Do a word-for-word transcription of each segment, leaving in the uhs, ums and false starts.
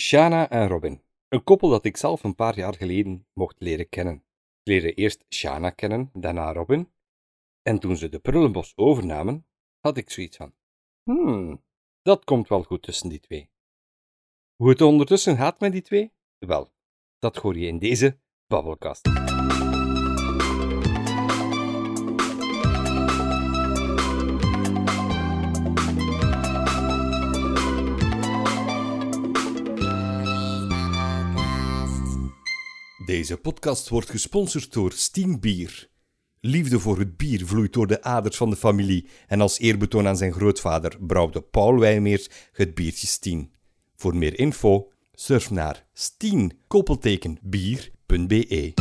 Shana en Robin. Een koppel dat ik zelf een paar jaar geleden mocht leren kennen. Ik leerde eerst Shana kennen, daarna Robin. En toen ze de Prullenbos overnamen, had ik zoiets van... Hmm, dat komt wel goed tussen die twee. Hoe het ondertussen gaat met die twee? Wel, dat hoor je in deze Babbelkast. Deze podcast wordt gesponsord door Steen Bier. Liefde voor het bier vloeit door de aders van de familie en als eerbetoon aan zijn grootvader brouwde Paul Wijmeers het biertje Steen. Voor meer info, surf naar steen bier punt b e.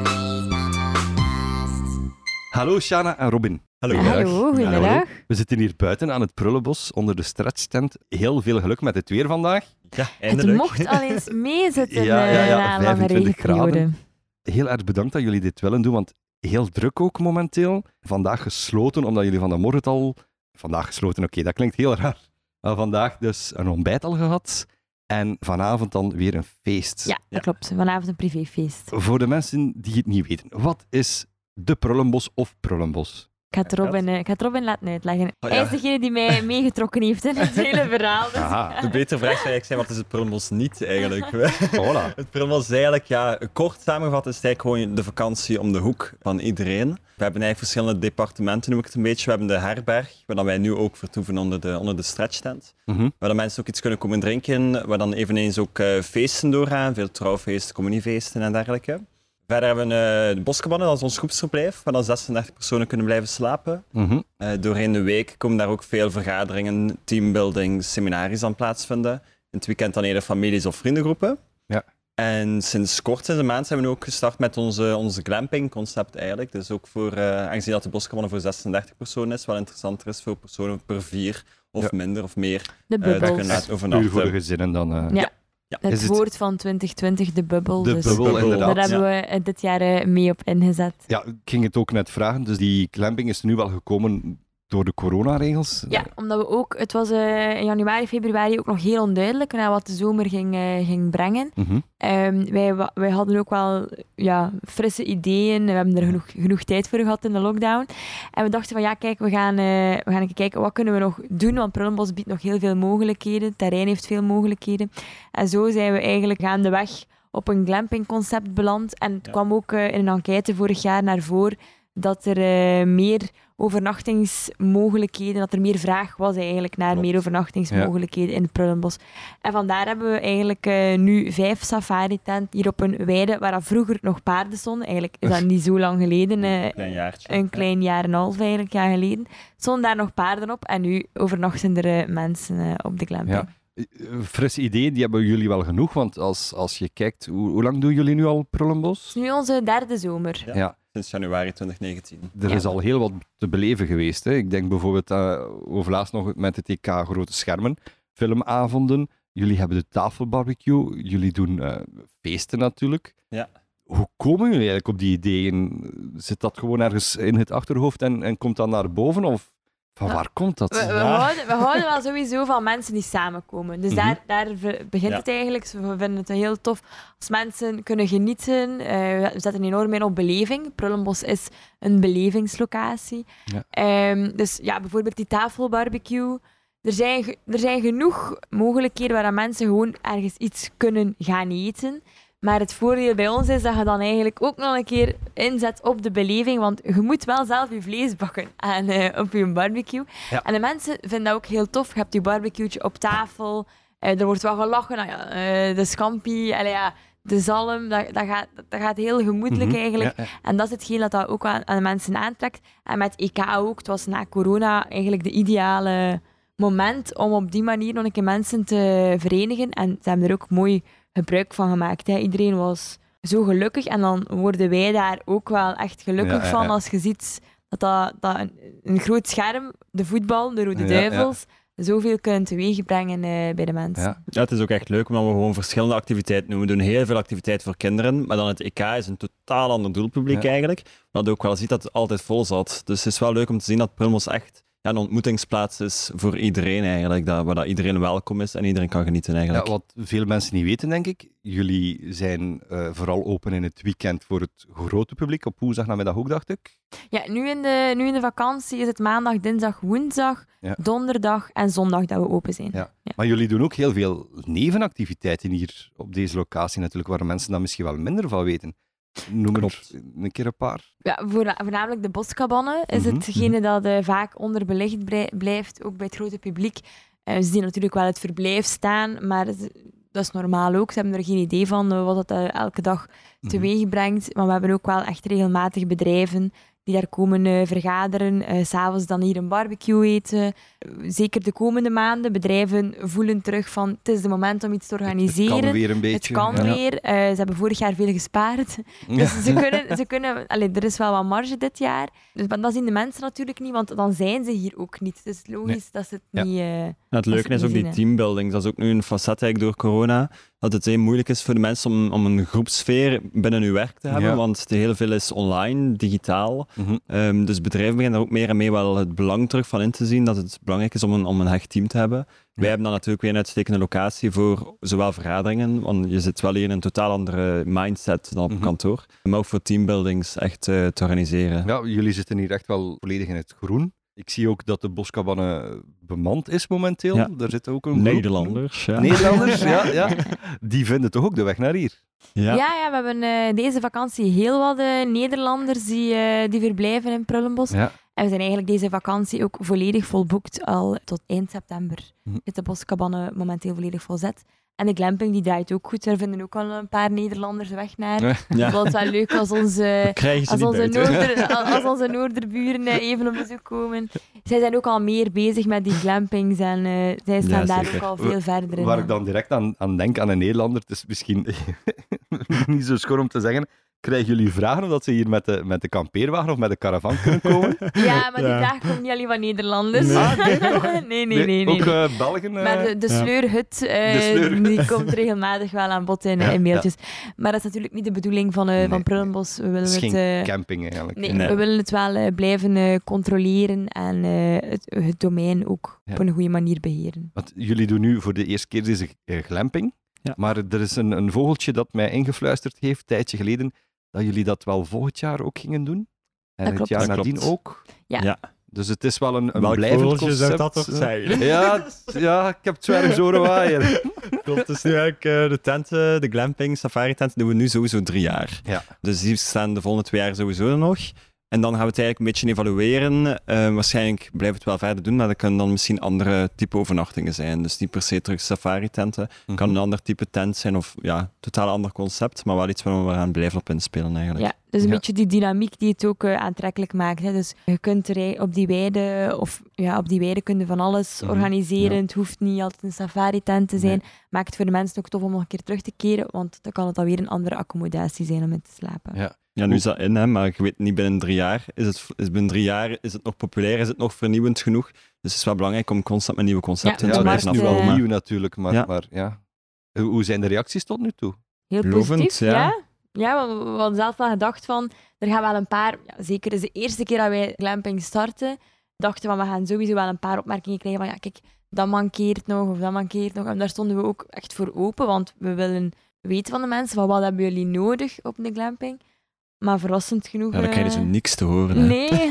Hallo Shana en Robin. Hallo, Hallo goedemiddag. We zitten hier buiten aan het Prullenbos onder de stretchtent. Heel veel geluk met het weer vandaag. Ja, eindelijk. Het mocht al eens meezitten ja, ja, ja, na een lange regenperiode. Heel erg bedankt dat jullie dit willen doen, want heel druk ook momenteel. Vandaag gesloten, omdat jullie van de morgen al... Vandaag gesloten, oké, okay, dat klinkt heel raar. Maar vandaag dus een ontbijt al gehad. En vanavond dan weer een feest. Ja, dat ja. klopt. Vanavond een privéfeest. Voor de mensen die het niet weten, wat is de Prullenbos of Prullenbos? Ik ga het Robin, ik ga het Robin laten uitleggen. Oh, ja. Hij is degene die mij meegetrokken heeft in het hele verhaal. Dus ja. De betere vraag zou eigenlijk zijn, wat is het Prullenbos niet eigenlijk? Voilà. Het Prullenbos is eigenlijk, ja, kort samengevat, is het eigenlijk gewoon de vakantie om de hoek van iedereen. We hebben eigenlijk verschillende departementen, noem ik het een beetje. We hebben de herberg, waar wij nu ook vertoeven onder de, onder de stretchtent. Mm-hmm. Waar dan mensen ook iets kunnen komen drinken, waar dan eveneens ook uh, feesten doorgaan, veel trouwfeesten, communiefeesten en dergelijke. Verder hebben we uh, de Boscabanen, dat is ons groepsverblijf, waar dan zesendertig personen kunnen blijven slapen. Mm-hmm. Uh, doorheen de week komen daar ook veel vergaderingen, teambuilding, seminaries aan plaatsvinden. In het weekend dan eerder families of vriendengroepen. Ja. En sinds kort, sinds een maand, zijn we nu ook gestart met onze, onze glamping-concept eigenlijk. Dus ook voor, uh, aangezien dat de Boscabanen voor zesendertig personen is, wel interessanter is voor personen per vier of ja. minder of meer. De bubbels. Uh, dat kunnen laten overnachten. Puur voor de gezinnen dan. Uh... Ja. Ja. Het, het woord van twintig twintig, de bubbel. De dus bubbel, inderdaad. Daar hebben we dit jaar mee op ingezet. Ja, ik ging het ook net vragen. Dus die glamping is nu wel gekomen door de coronaregels? Ja, omdat we ook... Het was uh, in januari, februari ook nog heel onduidelijk naar wat de zomer ging, uh, ging brengen. Mm-hmm. Um, wij, wij hadden ook wel ja, frisse ideeën. We hebben er genoeg, genoeg tijd voor gehad in de lockdown. En we dachten van, ja, kijk, we gaan, uh, we gaan even kijken, wat kunnen we nog doen? Want Prullenbos biedt nog heel veel mogelijkheden. Het terrein heeft veel mogelijkheden. En zo zijn we eigenlijk gaandeweg op een glampingconcept beland. En het ja. kwam ook uh, in een enquête vorig jaar naar voren dat er uh, meer overnachtingsmogelijkheden, dat er meer vraag was eigenlijk naar Klopt. meer overnachtingsmogelijkheden ja. in het Prullenbos. En vandaar hebben we eigenlijk uh, nu vijf safari-tenten hier op een weide, waar vroeger nog paarden stonden. Eigenlijk is dat niet zo lang geleden. Uh, een klein jaartje. Een klein jaar en een half eigenlijk, jaar geleden. Stonden daar nog paarden op en nu overnachten er uh, mensen uh, op de glamping. Ja. Frisse ideeën, die hebben jullie wel genoeg, want als, als je kijkt, hoe, hoe lang doen jullie nu al Prullenbos? Het is nu onze derde zomer. Ja. ja. Sinds januari twintig negentien. Er ja. is al heel wat te beleven geweest. Hè. Ik denk bijvoorbeeld uh, overlaatst nog met het E K grote schermen, filmavonden. Jullie hebben de tafelbarbecue. Jullie doen uh, feesten natuurlijk. Ja. Hoe komen jullie eigenlijk op die ideeën? Zit dat gewoon ergens in het achterhoofd en, en komt dat naar boven? Of van waar komt dat? We, we, ja. houden, we houden wel sowieso van mensen die samenkomen. Dus mm-hmm. daar, daar begint ja. het eigenlijk. We vinden het heel tof als mensen kunnen genieten. Uh, we zetten enorm in op beleving. Prullenbos is een belevingslocatie. Ja. Um, dus ja, bijvoorbeeld die tafelbarbecue. Er zijn, er zijn genoeg mogelijkheden waar mensen gewoon ergens iets kunnen gaan eten. Maar het voordeel bij ons is dat je dan eigenlijk ook nog een keer inzet op de beleving, want je moet wel zelf je vlees bakken aan, uh, op je barbecue. Ja. En de mensen vinden dat ook heel tof. Je hebt je barbecueetje op tafel, uh, er wordt wel gelachen, nou ja, uh, de scampi, allee, ja, de zalm, dat, dat, gaat, dat gaat heel gemoedelijk mm-hmm. eigenlijk. Ja, ja. En dat is hetgeen dat dat ook aan, aan de mensen aantrekt. En met E K ook, het was na corona eigenlijk de ideale moment om op die manier nog een keer mensen te verenigen. En ze hebben er ook mooi gebruik van gemaakt. Hè. Iedereen was zo gelukkig en dan worden wij daar ook wel echt gelukkig ja, ja, ja. van als je ziet dat, dat, dat een, een groot scherm, de voetbal, de Rode ja, Duivels, ja. zoveel kunnen teweegbrengen uh, bij de mensen. Ja. ja, het is ook echt leuk omdat we gewoon verschillende activiteiten doen. We doen heel veel activiteiten voor kinderen, maar dan het E K is een totaal ander doelpubliek ja. eigenlijk. Maar dat ook wel ziet dat het altijd vol zat. Dus het is wel leuk om te zien dat Prullenbos echt ja, een ontmoetingsplaats is voor iedereen eigenlijk, dat, waar dat iedereen welkom is en iedereen kan genieten eigenlijk. Ja, wat veel mensen niet weten, denk ik, jullie zijn uh, vooral open in het weekend voor het grote publiek, op woensdag namiddag ook, dacht ik. Ja, nu in de, nu in de vakantie is het maandag, dinsdag, woensdag, ja. donderdag en zondag dat we open zijn. Ja. Ja. Maar jullie doen ook heel veel nevenactiviteiten hier op deze locatie natuurlijk, waar mensen dan misschien wel minder van weten. Noem er een keer een paar. Ja, voor, voornamelijk de boskabannen is mm-hmm. hetgene dat uh, vaak onderbelicht blijft, ook bij het grote publiek. Uh, ze zien natuurlijk wel het verblijf staan, maar dat is normaal ook. Ze hebben er geen idee van uh, wat dat uh, elke dag teweeg mm-hmm. brengt. Maar we hebben ook wel echt regelmatig bedrijven die daar komen uh, vergaderen, uh, s'avonds dan hier een barbecue eten. Uh, zeker de komende maanden, bedrijven voelen terug van het is het moment om iets te organiseren. Het kan weer een beetje. Het kan ja. weer. Uh, ze hebben vorig jaar veel gespaard. Dus ja. ze kunnen... Ze kunnen allee, er is wel wat marge dit jaar. Dus, maar dat zien de mensen natuurlijk niet, want dan zijn ze hier ook niet. Dus het is logisch nee. dat ze het ja. niet... Uh, ja, het leuke is ook die teambuilding. Dat is ook nu een facet eigenlijk door corona. Dat het heel moeilijk is voor de mensen om, om een groepsfeer binnen hun werk te hebben, ja. want de heel veel is online, digitaal. Mm-hmm. Um, dus bedrijven beginnen er ook meer en meer wel het belang terug van in te zien, dat het belangrijk is om een, om een hecht team te hebben. Ja. Wij hebben dan natuurlijk weer een uitstekende locatie voor zowel vergaderingen, want je zit wel hier in een totaal andere mindset dan op mm-hmm. kantoor, maar ook voor teambuildings echt uh, te organiseren. Ja, jullie zitten hier echt wel volledig in het groen. Ik zie ook dat de boskabane bemand is momenteel. Ja. Daar zit ook een Nederlanders. Ja. Nederlanders, ja, ja. Die vinden toch ook de weg naar hier? Ja, ja, ja we hebben uh, deze vakantie heel wat uh, Nederlanders die, uh, die verblijven in Prullenbos. Ja. En we zijn eigenlijk deze vakantie ook volledig volboekt al tot eind september. Hm. Zit de boskabane momenteel volledig volzet. En de glamping die draait ook goed. Er vinden ook al een paar Nederlanders weg naar. Ja. Dat is wel leuk als onze, als onze, noorder, als onze noorderburen even op bezoek komen. Zij zijn ook al meer bezig met die glampings en uh, zij staan ja, daar ook al veel verder in. Waar ik dan direct aan, aan denk aan een Nederlander, het is misschien niet zo schor om te zeggen, krijgen jullie vragen omdat ze hier met de, met de kampeerwagen of met de caravan kunnen komen? Ja, maar die ja. vraag komt niet alleen van Nederlanders. Nee, ah, nee, nee, nee, nee, nee. Ook uh, Belgen? Uh... Maar de, de sleurhut, uh, de sleur. die komt regelmatig wel aan bod in, ja, in mailtjes. Ja. Maar dat is natuurlijk niet de bedoeling van, uh, nee, van Prullenbos. We willen het is geen uh, camping eigenlijk. Nee, nee, we willen het wel uh, blijven uh, controleren en uh, het, het domein ook ja. op een goede manier beheren. Want jullie doen nu voor de eerste keer deze uh, glamping. Ja. Maar er is een, een vogeltje dat mij ingefluisterd heeft, een tijdje geleden, dat jullie dat wel volgend jaar ook gingen doen. En dat het jaar nadien ook. Ja. ja. Dus het is wel een, een Welk blijvend concept. Zou dat toch zijn? Ja, ja, ik heb het zwerg zoren waaien. Klopt, dus nu eigenlijk uh, de tenten, de glamping, safari-tenten, doen we nu sowieso drie jaar. Ja. Dus die staan de volgende twee jaar sowieso nog. En dan gaan we het eigenlijk een beetje evalueren. Uh, waarschijnlijk blijven we het wel verder doen, maar dat kunnen dan misschien andere type overnachtingen zijn. Dus niet per se terug safari-tenten. Het mm-hmm. kan een ander type tent zijn of ja, totaal ander concept, maar wel iets waar we gaan blijven op inspelen eigenlijk. Ja, dus een ja. beetje die dynamiek die het ook uh, aantrekkelijk maakt. Hè. Dus je kunt er op die weide, of ja, op die weide kun je van alles mm-hmm. organiseren. Ja. Het hoeft niet altijd een safari-tent te zijn. Nee. Maakt het voor de mensen ook tof om nog een keer terug te keren, want dan kan het alweer een andere accommodatie zijn om in te slapen. Ja. Ja, nu is dat in, hè, maar ik weet niet binnen drie jaar. Is het, is binnen drie jaar is het nog populair? Is het nog vernieuwend genoeg? Dus het is wel belangrijk om constant met nieuwe concepten ja, te blijven afkomen. Ja, het is nu wel nieuw natuurlijk, maar ja. maar ja. Hoe zijn de reacties tot nu toe? Heel Lovend, positief, ja. ja. Ja, we, we hadden zelf wel gedacht van, er gaan wel een paar, ja, zeker is de eerste keer dat wij glamping starten, dachten van, we gaan sowieso wel een paar opmerkingen krijgen van, ja, kijk, dat mankeert nog, of dat mankeert nog. En daar stonden we ook echt voor open, want we willen weten van de mensen, van wat hebben jullie nodig op de glamping? Maar verrassend genoeg... Ja, dan krijg je zo niks te horen. Hè. Nee.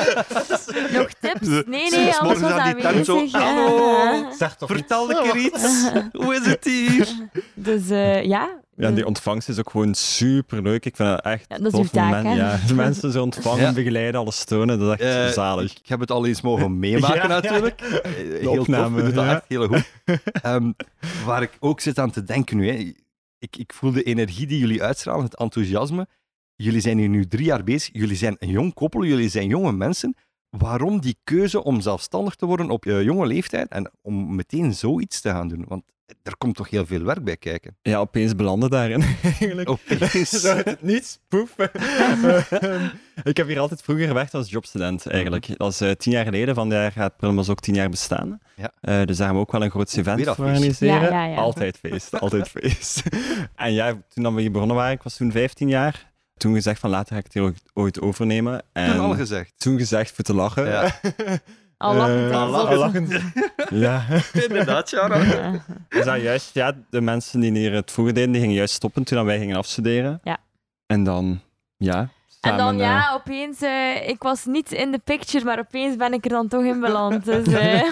Nog tips? Nee, nee, alles was aanwezig. Zo, hallo, zeg toch vertel een keer iets. Hoe is het hier? Dus uh, ja... Ja, en die ontvangst is ook gewoon superleuk. Ik vind het echt ja, dat is tof. taak, men, ja, de mensen zo ontvangen, ja. begeleiden, alles steunen. Dat is echt uh, zalig. Ik heb het al eens mogen meemaken ja, natuurlijk. Ja. Heel opname, tof, we doen ja. dat echt heel goed. Um, waar ik ook zit aan te denken nu, hè. Ik, ik voel de energie die jullie uitstralen, het enthousiasme. Jullie zijn hier nu drie jaar bezig. Jullie zijn een jong koppel, jullie zijn jonge mensen. Waarom die keuze om zelfstandig te worden op je jonge leeftijd en om meteen zoiets te gaan doen? Want er komt toch heel veel werk bij kijken. Ja, opeens belanden daarin eigenlijk. Opeens. Zo uit het niets, poef. Ik heb hier altijd vroeger gewerkt als jobstudent eigenlijk. Dat was uh, tien jaar geleden, vandaar gaat Prullenbos ook tien jaar bestaan. Ja. Uh, dus daar gaan we ook wel een groot event voor organiseren. Ja, ja, ja. Altijd feest, altijd feest. En ja, toen we hier begonnen waren, ik was toen vijftien jaar. Toen gezegd van later ga ik het hier ooit overnemen. En toen al gezegd? Toen gezegd voor te lachen. Ja. Al lachend. Uh, al lachend. Ja. Inderdaad, Jara. Ja. Dus dat juist, ja, de mensen die hier het vroeger deden, die gingen juist stoppen toen wij gingen afstuderen. Ja. En dan, ja... En dan, Samen, ja, uh... opeens... Uh, ik was niet in de picture, maar opeens ben ik er dan toch in beland. Dus, uh...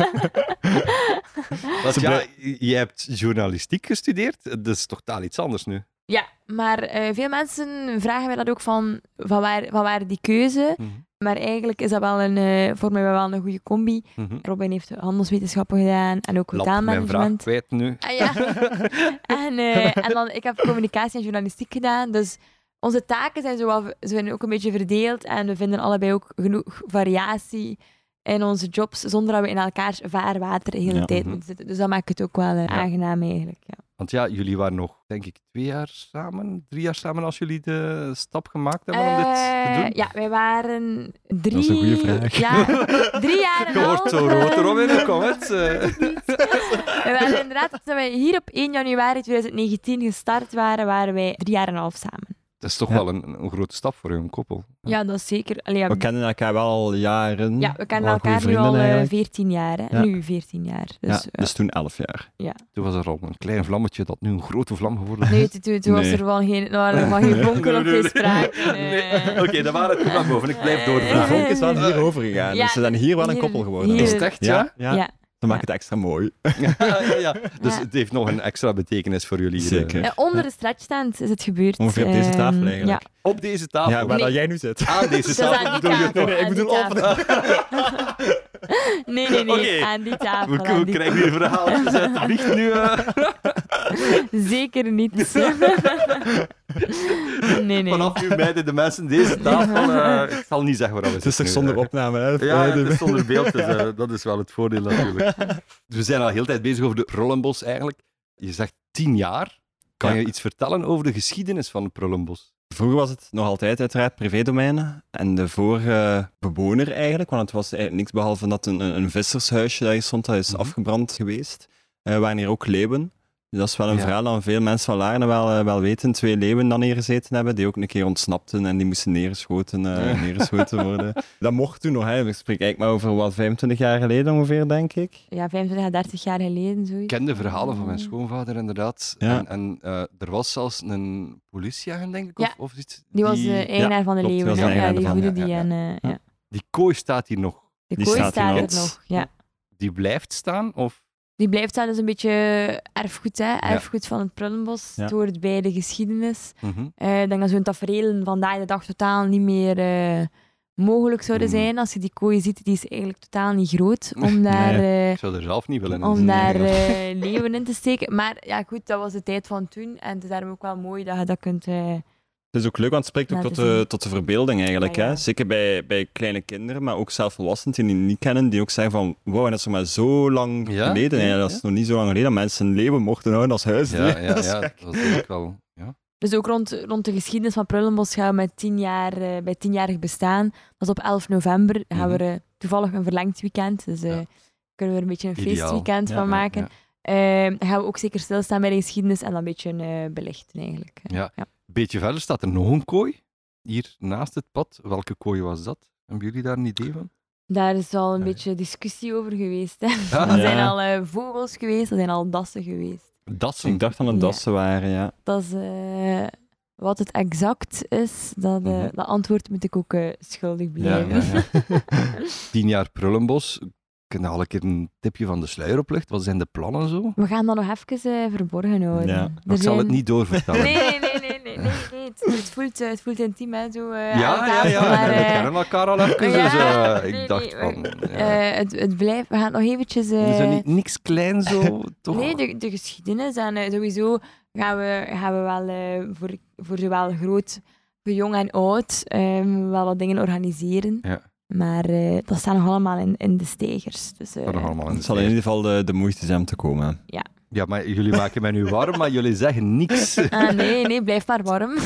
Want ja, je hebt journalistiek gestudeerd. Dat is totaal iets anders nu. Ja, maar uh, veel mensen vragen mij dat ook van... Van waar, van waar die keuze? Mm-hmm. Maar eigenlijk is dat wel een, uh, voor mij wel een goede combi. Mm-hmm. Robin heeft handelswetenschappen gedaan en ook hotelmanagement. Lap, mijn vraag kwijt nu. Ah, ja. en, uh, en dan, ik heb communicatie en journalistiek gedaan, dus... Onze taken zijn, zo wel, zijn ook een beetje verdeeld en we vinden allebei ook genoeg variatie in onze jobs, zonder dat we in elkaars vaarwater de hele ja. tijd moeten zitten. Dus dat maakt het ook wel uh, ja. aangenaam eigenlijk. Ja. Want ja, jullie waren nog, denk ik, twee jaar samen, drie jaar samen als jullie de stap gemaakt hebben uh, om dit te doen? Ja, wij waren drie... Dat is een goede vraag. Ja, drie jaar en Je wordt zo rood erom in, kom het. We waren inderdaad, toen wij hier op één januari tweeduizend negentien gestart waren, waren wij drie jaar en een half samen. Dat is toch ja. wel een, een grote stap voor een koppel. Ja, ja dat is zeker. Allee, ja, we kennen elkaar wel al jaren. Ja, we kennen elkaar nu al uh, veertien jaar. Hè? Ja. Nu veertien jaar. Dus, ja, dus toen elf jaar. Ja. Toen was er al een klein vlammetje dat nu een grote vlam geworden is. Nee, toen, toen, toen nee. was er wel geen, er was geen vonken of geen sprake. Nee. Oké, okay, dan waren het naar boven. Ik blijf doorvragen. De vonk is wel hier overgegaan. Ja, dus ze zijn hier wel een koppel geworden. Hier, is het echt, ja? Ja. ja. Dat maakt het extra mooi. ja, ja, ja. Dus ja. het heeft nog een extra betekenis voor jullie. Zeker. Ja, onder de stretchstand is het gebeurd. Ongeveer op deze tafel eigenlijk. Ja. Op deze tafel? Ja, waar nee. jij nu zit. Aan deze tafel bedoel je het nog? Nee, ik bedoel op. Nee, nee, nee. Okay. Aan die tafel. We, we krijgen nu verhaaltjes uit de biecht nu. Uh. Zeker niet. nee, nee. Vanaf nu mijden de mensen deze tafel. Uh, ik zal niet zeggen waarom het is. Het is toch zonder opname, hè? Ja, het is zonder beeld. Dus, uh, dat is wel het voordeel natuurlijk. Dus we zijn al heel tijd bezig over de Prullenbos eigenlijk. Je zegt tien jaar. Kan ja. je iets vertellen over de geschiedenis van de Prullenbos? Vroeger was het nog altijd uiteraard privédomeinen. En de vorige bewoner eigenlijk, want het was eigenlijk niks behalve dat een, een vissershuisje dat hier stond, dat is mm-hmm. afgebrand geweest. Uh, waren hier ook leeuwen. Dus dat is wel een ja. verhaal dat veel mensen van Laarne wel, uh, wel weten. Twee leeuwen dan hier gezeten hebben, die ook een keer ontsnapten en die moesten neergeschoten, uh, neergeschoten worden. Dat mocht toen nog, hè. Ik spreek eigenlijk maar over wat vijfentwintig jaar geleden ongeveer, denk ik. Ja, vijfentwintig à dertig jaar geleden, zoiets. Ik ken de verhalen van mijn schoonvader inderdaad. Ja. En, en uh, er was zelfs een politieagent, denk ik, ja. of, of iets. Die was de uh, eigenaar ja, van de klopt, leeuwen. Die ja, die voeden ja, die. ja, En, ja. uh, ja. Die kooi staat hier nog. De die kooi staat, staat er nog. nog, ja. Die blijft staan, of... Die blijft staan, dat is een beetje erfgoed, hè? erfgoed ja. van het Prullenbos. Ja. Het hoort bij de geschiedenis. Mm-hmm. Uh, ik denk dat zo'n tafereel vandaag de dag totaal niet meer uh, mogelijk zouden zijn. Mm. Als je die kooi ziet, die is eigenlijk totaal niet groot. Om daar, nee, uh, ik zou er zelf niet willen om daar uh, leeuwen in te steken. Maar ja, goed, dat was de tijd van toen. En het is daarom ook wel mooi dat je dat kunt... Uh, Het is ook leuk, want het spreekt ook tot de, tot de verbeelding eigenlijk. Ja, ja. Hè? Zeker bij, bij kleine kinderen, maar ook zelf volwassenen die niet kennen, die ook zeggen van wow, dat is nog maar zo lang ja? geleden. Ja, ja, dat is ja. nog niet zo lang geleden dat mensen leeuwen mochten houden als huisdier. Ja, ja, ja, dat was eigenlijk wel... Ja. Dus ook rond, rond de geschiedenis van Prullenbos gaan we met tien jaar, uh, bij tienjarig bestaan. Dat is op elf november. Dan gaan we uh, toevallig een verlengd weekend. Dus uh, ja. kunnen we er een beetje een Ideaal. feestweekend ja, van maken. Ja, ja. Uh, dan gaan we ook zeker stilstaan bij de geschiedenis en dan een beetje uh, belichten eigenlijk. Ja. ja. Een beetje verder staat er nog een kooi, hier naast het pad. Welke kooi was dat? Hebben jullie daar een idee van? Daar is al een ja. beetje discussie over geweest. Hè. Ah, er zijn ja. al uh, vogels geweest, er zijn al dassen geweest. Dassen? Ik dacht dat het dassen ja. waren, ja. Dat is, uh, wat het exact is, dat, uh, mm-hmm. dat antwoord moet ik ook uh, schuldig blijven. Ja, ja, ja. Tien jaar Prullenbos. Kunnen we al een keer een tipje van de sluier oplichten? Wat zijn de plannen zo? We gaan dat nog even uh, verborgen houden. Ja. Maar ik zijn... zal het niet doorvertellen. Nee, nee, nee, nee, nee, nee, nee. Het, het, voelt, uh, het voelt intiem, hè, zo uh, ja, ja, ja, maar, uh, we kennen elkaar al even, ja, dus uh, nee, ik dacht nee, van... Ja. Uh, het, het blijft, we gaan nog eventjes... Uh... Is er niet niks klein zo, toch? Nee, de, de geschiedenis en uh, sowieso gaan we, gaan we wel uh, voor, voor zowel groot, voor jong en oud, um, wel wat dingen organiseren. Ja. Maar uh, dat staat nog allemaal in, in de steigers. Dus, uh, het zal in ieder geval de, de moeite zijn om te komen. Ja. Ja, maar jullie maken mij nu warm, maar jullie zeggen niks. Ah, nee, nee, blijf maar warm.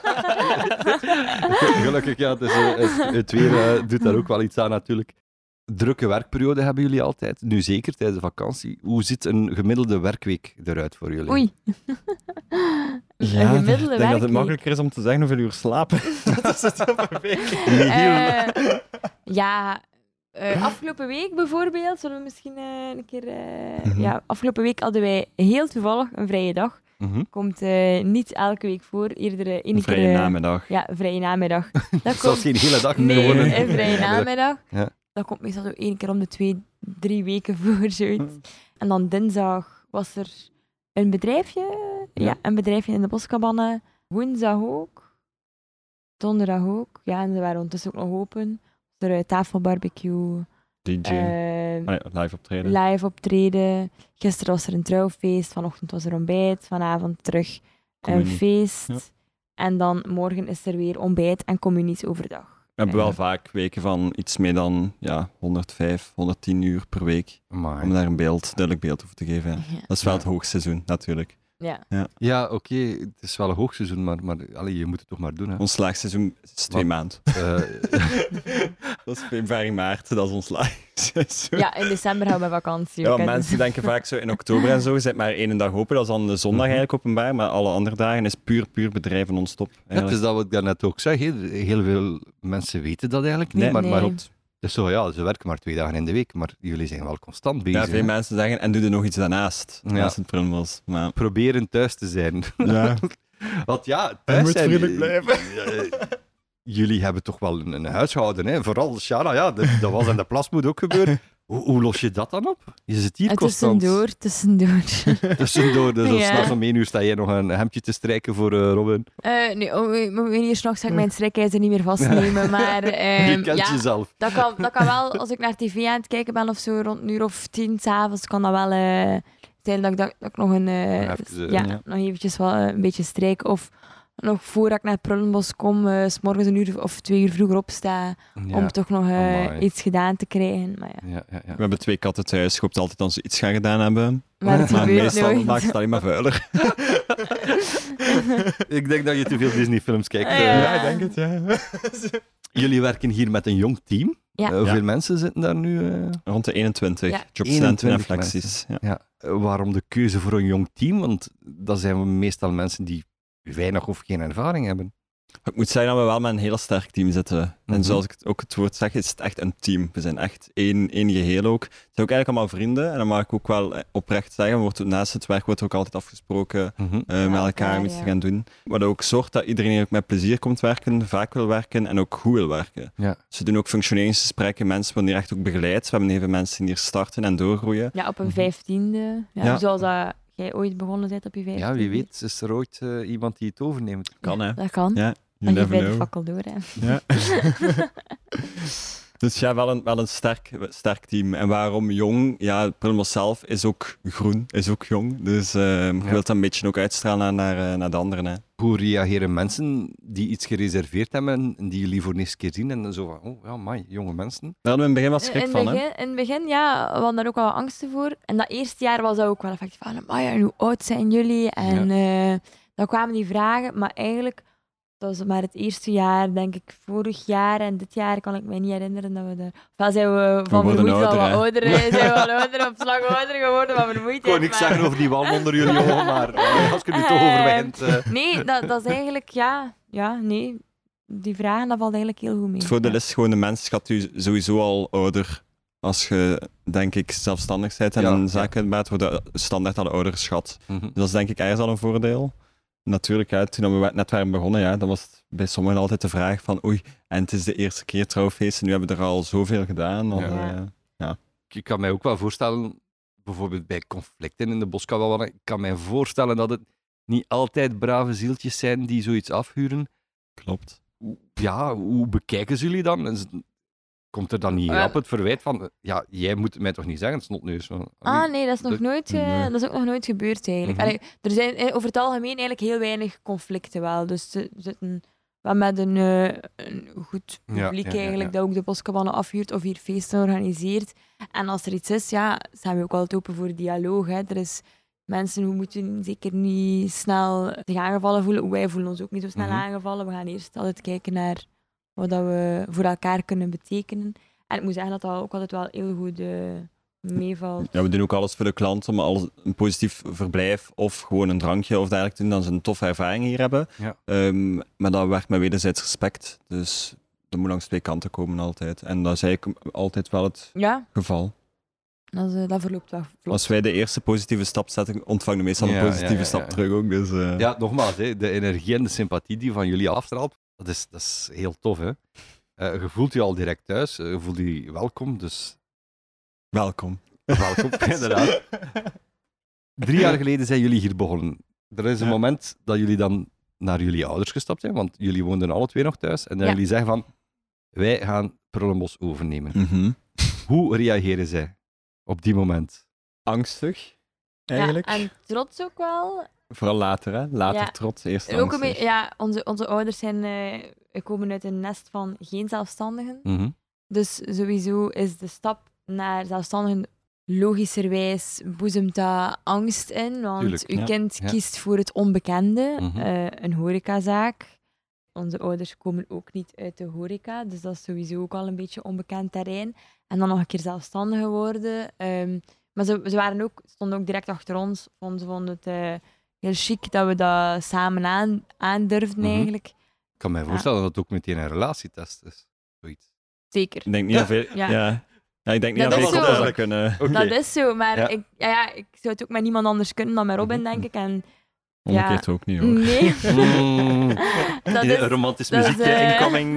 Gelukkig, ja, het, is, het, het weer uh, doet daar ook wel iets aan natuurlijk. Drukke werkperiode hebben jullie altijd, nu zeker tijdens de vakantie. Hoe ziet een gemiddelde werkweek eruit voor jullie? Oei. Ja, ik denk werkweek. dat het makkelijker is om te zeggen hoeveel uur slapen. Dat is het op een week. Uh, ja, uh, afgelopen week bijvoorbeeld, zullen we misschien uh, een keer... Uh, mm-hmm. Ja, afgelopen week hadden wij heel toevallig een vrije dag. Mm-hmm. Komt uh, niet elke week voor, eerder uh, één een vrije keer... Uh, namiddag. Ja, een vrije namiddag. Dat komt... komt... geen hele dag. Nee, gewoon een, een vrije namiddag. Ja. Dat komt meestal zo één keer om de twee, drie weken voor zoiets. En dan dinsdag was er een bedrijfje. Ja, ja een bedrijfje in de Boskabanne. Woensdag ook. Donderdag ook. Ja, en ze waren ondertussen ook nog open. Er uh, tafelbarbecue. D J. Uh, ah, ja, live optreden. Live optreden. Gisteren was er een trouwfeest. Vanochtend was er ontbijt. Vanavond terug een feest. Ja. En dan morgen is er weer ontbijt en communies overdag. We hebben wel vaak weken van iets meer dan ja, honderdvijf, honderdtien uur per week. Amai. Om daar een beeld, duidelijk beeld over te geven. Ja. Ja. Dat is wel het hoogseizoen, natuurlijk. Ja, ja. ja oké, okay. Het is wel een hoogseizoen, maar, maar allee, je moet het toch maar doen. Hè. Ons laagseizoen is twee maanden. Uh... dat is februari, maart, dat is ons laagseizoen. Ja, in december gaan we vakantie. Ja, mensen denken vaak zo in oktober en zo, je zit maar één dag open, dat is dan de zondag mm-hmm. eigenlijk openbaar, maar alle andere dagen is puur, puur bedrijven non-stop. Ja, het is dat wat ik daarnet ook zeg, he. Heel veel mensen weten dat eigenlijk niet, nee, maar, nee. maar op... Dus zo, ja, ze werken maar twee dagen in de week, maar jullie zijn wel constant bezig. Ja, veel hè? mensen zeggen, en doe er nog iets daarnaast, ja. naast het prullenbos. Maar... Proberen thuis te zijn. Ja. Want ja, thuis moet zijn... vriendelijk blijven. Uh, jullie hebben toch wel een, een huishouden, hè? Vooral Shana, ja, dat, dat was aan de plas moet ook gebeuren. Hoe, hoe los je dat dan op? Je zit hier constant... Tussendoor, tussendoor. Tussendoor, dus ja. S'nachts om één uur sta jij nog een hemdje te strijken voor uh, Robin. Uh, nee, oh, hier s'nachts ga ik mijn strijkijzer niet meer vastnemen, maar... Um, je kent ja, jezelf. Dat kan, dat kan wel, als ik naar tv aan het kijken ben of zo, rond een uur of tien s'avonds, kan dat wel uh, zijn dat ik, dat, dat ik nog een... Uh, ja, even, uh, ja, ja, nog eventjes wel uh, een beetje strijken. Of nog voordat ik naar het Prullenbos kom, uh, 's morgens een uur of twee uur vroeger opsta, ja. om toch nog uh, iets gedaan te krijgen. Maar ja. Ja, ja, ja. We hebben twee katten thuis. Je hoopt altijd dat ze iets gaan gedaan hebben. Maar het maar gebeurt meestal nooit. maakt het alleen maar vuiler. Ik denk dat je te veel Disney-films kijkt. Ja, ja ik denk het, ja. Jullie werken hier met een jong team. Ja. Uh, hoeveel ja. mensen zitten daar nu? Uh... Rond de eenentwintig. Ja. Jobstudenten en flexies. Ja. Ja. Uh, waarom de keuze voor een jong team? Want dat zijn meestal mensen die weinig of geen ervaring hebben. Ik moet zeggen dat we wel met een heel sterk team zitten. Mm-hmm. En zoals ik het ook het woord zeg, is het echt een team. We zijn echt één, één geheel ook. Het zijn ook eigenlijk allemaal vrienden. En dan mag ik ook wel oprecht zeggen, wordt, naast het werk wordt ook altijd afgesproken mm-hmm. uh, met elkaar om iets ja. te gaan doen. Wat ook zorgt dat iedereen met plezier komt werken, vaak wil werken en ook goed wil werken. Ja. Ze doen ook functioneringsgesprekken, mensen worden hier echt ook begeleid. We hebben even mensen die hier starten en doorgroeien. Ja, op een vijftiende. Ja, ja. Zoals dat... jij ooit begonnen bent op je vijftiende. Ja, wie weet is er ooit uh, iemand die het overneemt. Kan, hè? Dat kan. Ja, dan geef jij de fakkel door, hè. Ja. Dus ja, wel een, wel een sterk, sterk team. En waarom jong? Ja, Prullenbos zelf is ook groen, is ook jong. Dus uh, je ja. wilt dat een beetje ook uitstralen naar, naar, naar de anderen. Hè. Hoe reageren mensen die iets gereserveerd hebben en die jullie voor de eerste keer zien en zo van, oh ja, amai, jonge mensen? Daar hadden we in het begin wat schrik in van, begin, hè? In het begin, ja, we hadden daar ook wel angsten voor. En dat eerste jaar was dat ook wel effectief van, amai, en hoe oud zijn jullie? En ja. uh, dan kwamen die vragen, maar eigenlijk... Dat was maar het eerste jaar, denk ik, vorig jaar en dit jaar kan ik me niet herinneren dat we daar... Ofwel zijn we van we vermoeid wel wat ouder, zijn we wel ouder, op slag ouder geworden van vermoeidheid. Ik kon niks zeggen over die wal onder jullie ogen, maar uh, als ik er nu toch over begint... Uh... Nee, dat, dat is eigenlijk, ja, ja, nee, die vragen, dat valt eigenlijk heel goed mee. Voor de list, gewoon de mens schat u sowieso al ouder als je, denk ik, zelfstandig bent en ja, een zaak uitbaat, worden standaard al ouder geschat. Mm-hmm. Dus dat is denk ik ergens al een voordeel. Natuurlijk, ja, toen we net waren begonnen, ja, dan was het bij sommigen altijd de vraag van oei, en het is de eerste keer trouwfeest en nu hebben we er al zoveel gedaan. Of, ja. Uh, ja. Ik kan mij ook wel voorstellen, bijvoorbeeld bij conflicten in de Boskabanne, ik kan mij voorstellen dat het niet altijd brave zieltjes zijn die zoiets afhuren. Klopt. Ja, hoe bekijken ze jullie dan? Komt er dan niet uh, op het verwijt van, ja, jij moet het mij toch niet zeggen, snotneus? Ah, nee, dat is, nog dat... Nooit, uh, dat is ook nog nooit gebeurd eigenlijk. Mm-hmm. Allee, er zijn over het algemeen eigenlijk heel weinig conflicten wel. Dus we zitten wel met een, uh, een goed publiek ja, ja, eigenlijk, ja, ja. dat ook de Boskabanne afhuurt of hier feesten organiseert. En als er iets is, ja, zijn we ook altijd open voor dialoog. Hè. Er is mensen who moeten zeker niet snel zich aangevallen voelen. Wij voelen ons ook niet zo snel mm-hmm. aangevallen. We gaan eerst altijd kijken naar... wat we voor elkaar kunnen betekenen. En ik moet zeggen dat dat ook altijd wel heel goed uh, meevalt. Ja, we doen ook alles voor de klant om alles, een positief verblijf of gewoon een drankje of dergelijke te doen, dat ze een toffe ervaring hier hebben. Ja. Um, maar dat werkt met wederzijds respect. Dus dat moet langs twee kanten komen altijd. En dat is eigenlijk altijd wel het ja. geval. Dat, uh, dat verloopt wel vlot. Als wij de eerste positieve stap zetten, ontvangen we meestal ja, een positieve ja, ja, stap ja. terug ook. Dus, uh... Ja, nogmaals, hè, de energie en de sympathie die van jullie afstraalt, dat is, dat is heel tof. Hè? Uh, je voelt je al direct thuis, uh, je voelt je welkom, dus... Welkom. Welkom, inderdaad. Drie jaar geleden zijn jullie hier begonnen. Er is een ja. moment dat jullie dan naar jullie ouders gestapt zijn, want jullie woonden alle twee nog thuis, en dat ja. jullie zeggen van, wij gaan Prullenbos overnemen. Mm-hmm. Hoe reageren zij op die moment? Angstig, eigenlijk. Ja, en trots ook wel. Vooral later, hè? Later ja. trots, eerst ook angstig. een beetje, ja, onze, onze ouders zijn, uh, komen uit een nest van geen zelfstandigen. Mm-hmm. Dus sowieso is de stap naar zelfstandigen logischerwijs boezemt dat angst in, want Tuurlijk, uw ja. kind ja. kiest voor het onbekende, mm-hmm. uh, een horecazaak. Onze ouders komen ook niet uit de horeca, dus dat is sowieso ook al een beetje onbekend terrein. En dan nog een keer zelfstandig geworden. Um, maar ze, ze waren ook, stonden ook direct achter ons. Ze vonden het uh, heel chic dat we dat samen aan, aandurfden mm-hmm. eigenlijk. Ik kan me voorstellen ja. dat het ook meteen een relatietest is. Zoiets. Zeker. Ik denk niet ja. dat veel... Ja. Ja. Ja, ik denk niet dat dat veel koppels dat kunnen... Okay. Dat is zo, maar ja. Ik, ja, ja, ik zou het ook met niemand anders kunnen dan met Robin, denk ik. En, Omgekeerd ja. ook niet, hoor. Nee. Mm. dat is, romantisch muziekje, uh, incoming.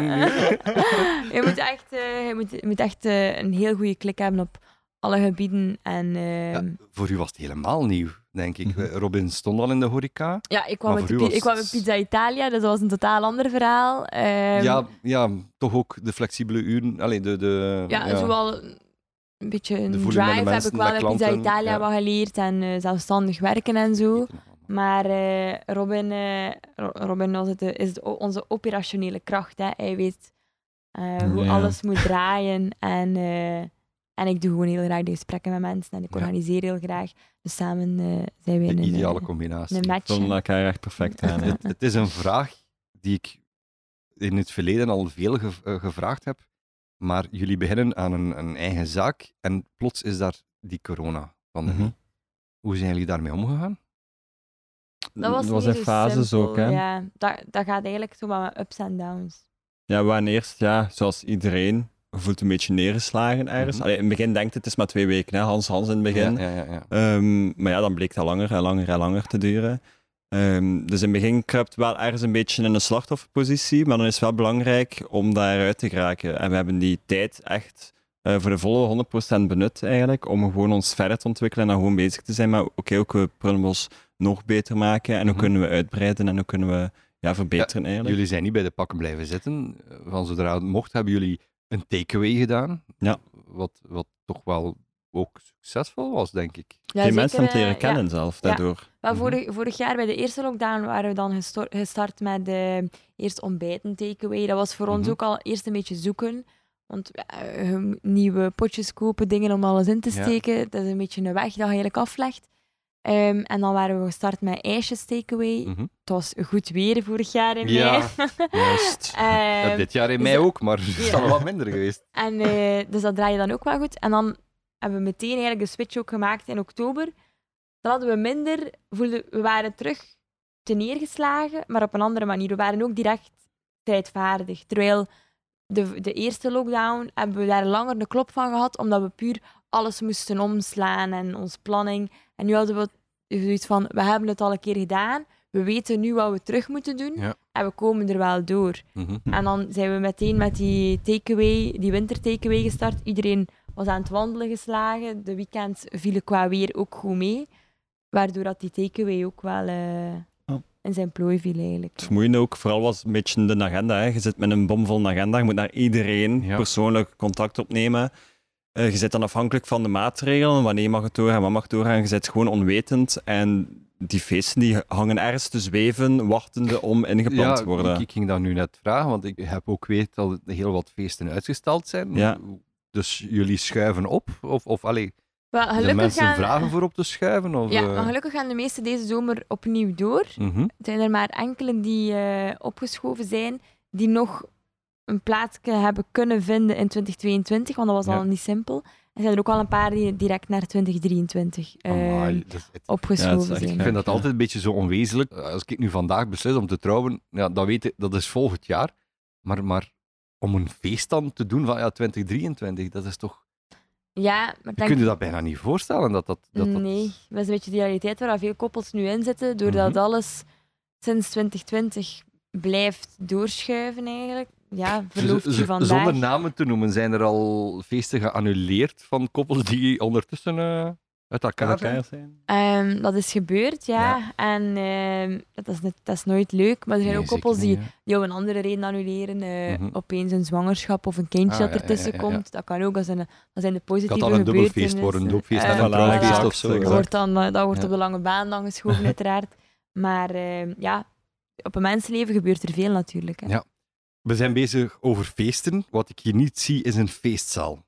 je moet echt, uh, je moet, je moet echt uh, een heel goede klik hebben op alle gebieden. En, uh, ja, voor u was het helemaal nieuw, denk ik. Mm-hmm. Robin stond al in de horeca. Ja, ik kwam, met, de, ik kwam met Pizza Italia, dus dat was een totaal ander verhaal. Um, ja, ja, toch ook de flexibele uren. Allee, de, de, ja, ja. zowel een beetje een drive heb ik wel bij Pizza Italia ja. wat geleerd en uh, zelfstandig werken en zo. Maar uh, Robin, uh, Robin was het, is het onze operationele kracht. Hè. Hij weet uh, hoe ja. alles moet draaien. En, uh, en ik doe gewoon heel graag de gesprekken met mensen. En ik organiseer heel graag. Dus samen uh, zijn we de een ideale uh, combinatie. Een match. We vullen elkaar echt perfect aan. het, het is een vraag die ik in het verleden al veel gev- uh, gevraagd heb. Maar jullie beginnen aan een, een eigen zaak. En plots is daar die corona-pandemie. Mm-hmm. Hoe zijn jullie daarmee omgegaan? Dat was, dat was in fases ook, hè? Ja, dat, dat gaat eigenlijk zo met ups en downs. Ja, we waren eerst, ja, zoals iedereen, voelt een beetje neergeslagen ergens. Mm-hmm. Allee, in het begin denkt het is maar twee weken, hè? Hans Hans in het begin. Ja, ja, ja, ja. Um, maar ja, dan bleek dat langer en langer en langer te duren. Um, dus in het begin kruipt wel ergens een beetje in een slachtofferpositie, maar dan is het wel belangrijk om daaruit te geraken. En we hebben die tijd echt uh, voor de volle honderd procent benut eigenlijk, om gewoon ons verder te ontwikkelen en dan gewoon bezig te zijn met oké, okay, ook we Prullenbos nog beter maken en hoe mm-hmm. kunnen we uitbreiden en hoe kunnen we ja, verbeteren ja, eigenlijk. Jullie zijn niet bij de pakken blijven zitten. Van zodra het mocht, hebben jullie een takeaway gedaan. Ja. Wat, wat toch wel ook succesvol was, denk ik. Ja, die mensen hebben leren kennen ja. zelf, daardoor. Ja. Maar vorig, vorig jaar bij de eerste lockdown waren we dan gestart met uh, eerst ontbijten takeaway. Dat was voor mm-hmm. ons ook al eerst een beetje zoeken. Want uh, nieuwe potjes kopen, dingen om alles in te steken. Ja. Dat is een beetje een weg dat je eigenlijk aflegt. Um, en dan waren we gestart met ijsjes takeaway. Mm-hmm. Het was goed weer vorig jaar in ja, mei. Juist. um, ja, dit jaar in mei ook, maar het is dan ja. wat minder geweest. En, uh, dus dat draai je dan ook wel goed. En dan hebben we meteen eigenlijk de switch ook gemaakt in oktober. Dan hadden we minder, voelden, we waren terug te neergeslagen, maar op een andere manier. We waren ook direct tijdvaardig. Terwijl de, de eerste lockdown hebben we daar langer de klop van gehad, omdat we puur alles moesten omslaan en onze planning. En nu hadden we zoiets van, we hebben het al een keer gedaan, we weten nu wat we terug moeten doen ja. en we komen er wel door. Mm-hmm. En dan zijn we meteen met die takeaway, die winter takeaway gestart. Iedereen was aan het wandelen geslagen. De weekends vielen qua weer ook goed mee. Waardoor dat die takeaway ook wel uh, oh. in zijn plooi viel eigenlijk. Het vermoeiende ook vooral was een beetje de agenda. Hè. Je zit met een bomvolle agenda, je moet naar iedereen ja. persoonlijk contact opnemen. Uh, je zit dan afhankelijk van de maatregelen, wanneer mag het doorgaan, wat mag doorgaan. Je zit gewoon onwetend en die feesten die hangen ergens te zweven, wachtende om ingepland te ja, worden. Ik, ik ging dat nu net vragen, want ik heb ook weet dat er heel wat feesten uitgesteld zijn. Ja. Dus jullie schuiven op? Of, of allee, well, de mensen gaan... vragen voor op te schuiven? Of, ja, uh... maar gelukkig gaan de meeste deze zomer opnieuw door. Mm-hmm. Er zijn er maar enkele die uh, opgeschoven zijn, die nog een plaatsje hebben kunnen vinden in twintig tweeëntwintig, want dat was ja. al niet simpel. Er zijn er ook al een paar die direct naar twintig drieëntwintig uh, Amai, het... opgeschoven ja, zijn. Ik vind dat altijd een beetje zo onwezenlijk. Als ik nu vandaag beslis om te trouwen, ja, dat, weet ik, dat is volgend jaar. Maar, maar om een feest dan te doen van ja, twintig drieëntwintig, dat is toch... Ja, maar denk... Kun je dat bijna niet voorstellen? Dat dat, dat, dat... Nee, dat is een beetje de realiteit waar veel koppels nu in zitten, doordat Mm-hmm. alles sinds twintig twintig blijft doorschuiven eigenlijk. Ja, verlooft je Z- z- vandaag. Zonder namen te noemen, zijn er al feesten geannuleerd van koppels die ondertussen uh, uit elkaar zijn? zijn? Um, dat is gebeurd, ja. Ja. En uh, dat, is net, dat is nooit leuk. Maar er zijn Nee, ook koppels zeker die, niet, die om een andere reden annuleren. Uh, Mhm. Opeens een zwangerschap of een kindje Ah, dat ja, er ja, tussen ja, ja, ja. komt. Dat kan ook, dat zijn de, dat zijn de Het positieve kan dan een dubbelfeest gebeurtenissen. worden, een doopfeest Uh, en een voilà, trouwfeest exact, of zo. exact. Dat wordt dan, uh, dat wordt Ja. op de lange baan dan geschoven, uiteraard. Maar uh, ja, op een mensenleven gebeurt er veel natuurlijk. Hè. Ja. We zijn bezig over feesten. Wat ik hier niet zie, is een feestzaal.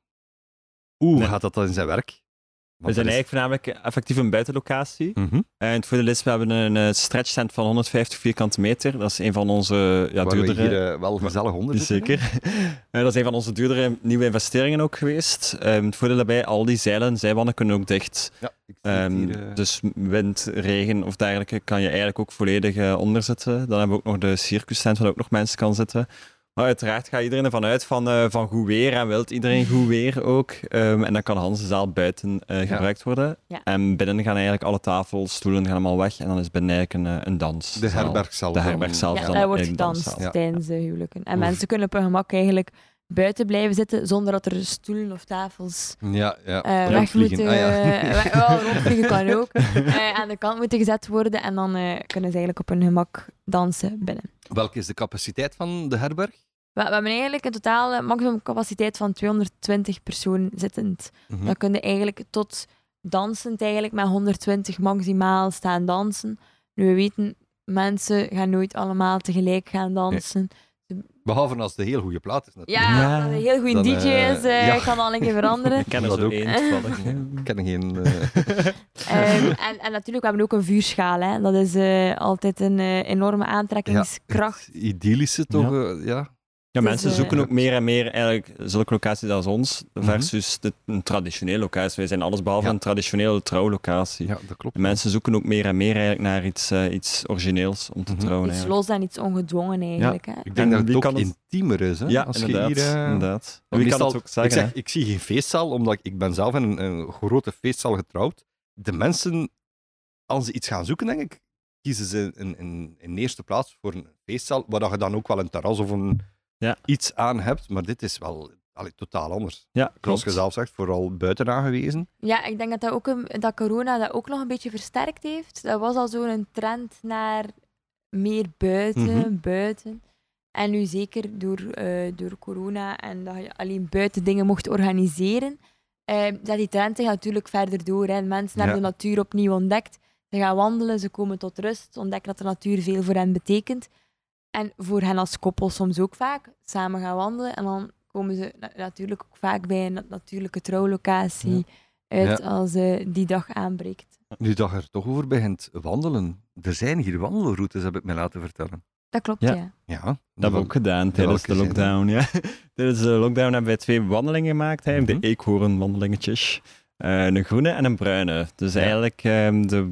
Hoe Nee. gaat dat dan in zijn werk? We zijn eigenlijk voornamelijk effectief een buitenlocatie. Mm-hmm. En voor de list, we hebben een uh, stretchtent van honderdvijftig vierkante meter. Dat is een van onze ja, Waar we duurdere... hier uh, wel gezellig onder zitten. Zeker. uh, dat is een van onze duurdere nieuwe investeringen ook geweest. Um, het voordeel daarbij, al die zeilen, zijwanden kunnen ook dicht. Ja, ik zie het Um, hier, uh... Dus wind, regen of dergelijke kan je eigenlijk ook volledig uh, onder zitten. Dan hebben we ook nog de circustent waar ook nog mensen kan zitten. Maar uiteraard gaat iedereen ervan uit van, uh, van goed weer en wilt iedereen goed weer ook. Um, en dan kan Hans de zaal buiten uh, Ja. gebruikt worden. Ja. En binnen gaan eigenlijk alle tafels, stoelen gaan allemaal weg. En dan is binnen eigenlijk een, uh, een dans. De herbergzaal. De van- herbergzaal. Ja, dan daar wordt een gedanst danszaal. tijdens de huwelijken. En Oef. mensen kunnen op hun gemak eigenlijk buiten blijven zitten zonder dat er stoelen of tafels Ja, ja. uh, weg Rondvliegen. moeten... Ah, ja. uh, weg- wel, rondvliegen kan ook. Uh, aan de kant moeten gezet worden en dan uh, kunnen ze eigenlijk op hun gemak dansen binnen. Welke is de capaciteit van de herberg? We, we hebben eigenlijk een totale maximum capaciteit van tweehonderdtwintig personen zittend. Mm-hmm. Dan kun je eigenlijk tot dansend eigenlijk met honderdtwintig maximaal staan dansen. Nu, we weten, mensen gaan nooit allemaal tegelijk gaan dansen. Behalve als het een heel goede plaat is natuurlijk. Ja, Ja. als het een heel goede Dan, D J uh, is, uh, ja. kan al een keer veranderen. Ik ken er Dat zo ook. één toevallig. Ik ken geen... Uh... um, en, en natuurlijk, we hebben ook een vuurschaal. Hè. Dat is uh, altijd een uh, enorme aantrekkingskracht. Het idyllische toch? Ja. Uh, ja. Ja, Dus, mensen uh, zoeken ook meer en meer eigenlijk zulke locaties als ons versus de, een traditionele locatie. Wij zijn alles behalve Ja. een traditionele trouwlocatie. ja, dat klopt. En mensen zoeken ook meer en meer eigenlijk naar iets, uh, iets origineels om te Mhm. trouwen. Iets eigenlijk. los en iets ongedwongen eigenlijk. Hè. Ik denk En dat het wie ook kan het- intiemer is. Hè? Ja, als inderdaad. Je hier, uh... inderdaad. En Want wie kan meestal- het ook zeggen? Ik, zeg, hè? ik zie geen feestzaal, omdat ik, ik ben zelf in een, een grote feestzaal getrouwd. De mensen, als ze iets gaan zoeken, denk ik, kiezen ze in, in, in eerste plaats voor een feestzaal, waar je dan ook wel een terras of een, Ja. iets aan hebt. Maar dit is wel allee, totaal anders. Ja, Zoals klopt. je zelf zegt, vooral buiten aangewezen. Ja, ik denk dat, dat, ook een, dat corona dat ook nog een beetje versterkt heeft. Dat was al zo'n trend naar meer buiten, Mhm. buiten. En nu zeker door, uh, door corona en dat je alleen buiten dingen mocht organiseren, uh, dat die trend gaat natuurlijk verder door. Hè. Mensen Ja. hebben de natuur opnieuw ontdekt. Ze gaan wandelen, ze komen tot rust, ze ontdekken dat de natuur veel voor hen betekent. En voor hen als koppel soms ook vaak, samen gaan wandelen. En dan komen ze na- natuurlijk ook vaak bij een na- natuurlijke trouwlocatie uit Ja. als uh, die dag aanbreekt. Nu dat je er toch over begint, wandelen. Er zijn hier wandelroutes, heb ik mij laten vertellen. Dat klopt, Ja. ja. Ja. Dat hebben we ook gedaan tijdens de welke zijn lockdown. Ja. Tijdens de lockdown hebben wij twee wandelingen gemaakt. Hè. Mhm. De eekhoornwandelingetjes. Uh, een groene en een bruine. Dus Ja. eigenlijk, um, de,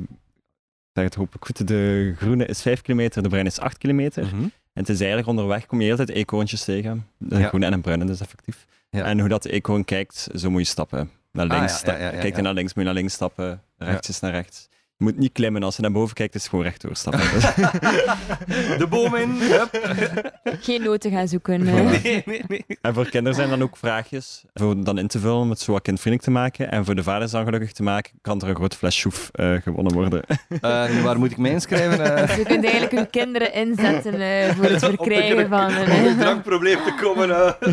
ik zeg het hopelijk goed, de groene is vijf kilometer, de bruine is acht kilometer. Mhm. En het is eigenlijk onderweg kom je de hele tijd eekhoorntjes tegen. Een Ja. groene en een bruine, dus effectief. Ja. En hoe dat de eekhoorn kijkt, zo moet je stappen. Naar Ah, links ja, sta- ja, ja, ja, Kijkt hij ja. naar links, moet je naar links stappen. Rechts is naar rechts. Je moet niet klimmen. Als je naar boven kijkt, is het gewoon rechtdoor stappen. De boom in. Hup. Geen noten gaan zoeken. uh. Nee, nee, nee. En voor kinderen zijn dan ook vraagjes. Voor dan in te vullen, om het zo wat kindvriendelijk te maken. En voor de vaders dan gelukkig te maken, kan er een groot fles choef uh, gewonnen worden. Uh, waar moet ik mij inschrijven? Uh... Dus je kunt eigenlijk je kinderen inzetten uh, voor het Om verkrijgen te van kunnen- een... om uh, een drankprobleem te komen.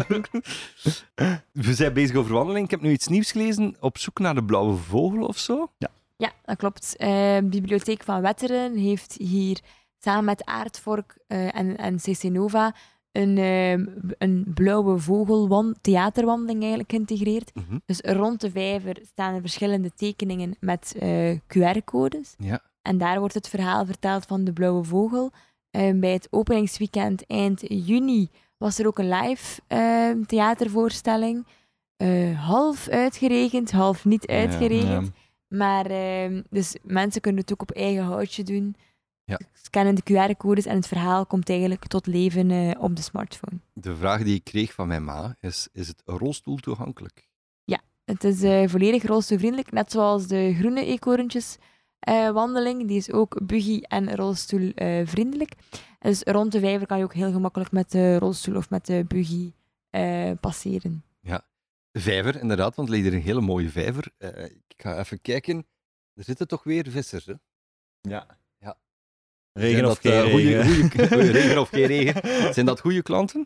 Uh. We zijn bezig over wandeling. Ik heb nu iets nieuws gelezen. Op zoek naar de blauwe vogel of zo. Ja, dat klopt. Uh, de Bibliotheek van Wetteren heeft hier samen met Aardvork uh, en, en C C Nova een, uh, een blauwe vogel theaterwandeling eigenlijk geïntegreerd. Mm-hmm. Dus rond de vijver staan er verschillende tekeningen met uh, Q R-codes. Ja. En daar wordt het verhaal verteld van de blauwe vogel. Uh, bij het openingsweekend eind juni was er ook een live uh, theatervoorstelling. Uh, half uitgeregend, half niet uitgeregend. Ja, ja. Maar uh, dus mensen kunnen het ook op eigen houtje doen. Ja. Scannen de Q R-codes en het verhaal komt eigenlijk tot leven uh, op de smartphone. De vraag die ik kreeg van mijn ma is, is het rolstoel toegankelijk? Ja, het is uh, volledig rolstoelvriendelijk, net zoals de groene eekhoorntjes uh, wandeling. Die is ook buggy en rolstoelvriendelijk. Uh, dus rond de vijver kan je ook heel gemakkelijk met de rolstoel of met de buggy uh, passeren. Ja, vijver inderdaad, want er ligt er een hele mooie vijver. Uh, ik ga even kijken. Er zitten toch weer vissers, hè? Ja. ja. Regen of dat, geen uh, goeie, regen? Goeie, goeie, regen of geen regen. Zijn dat goede klanten?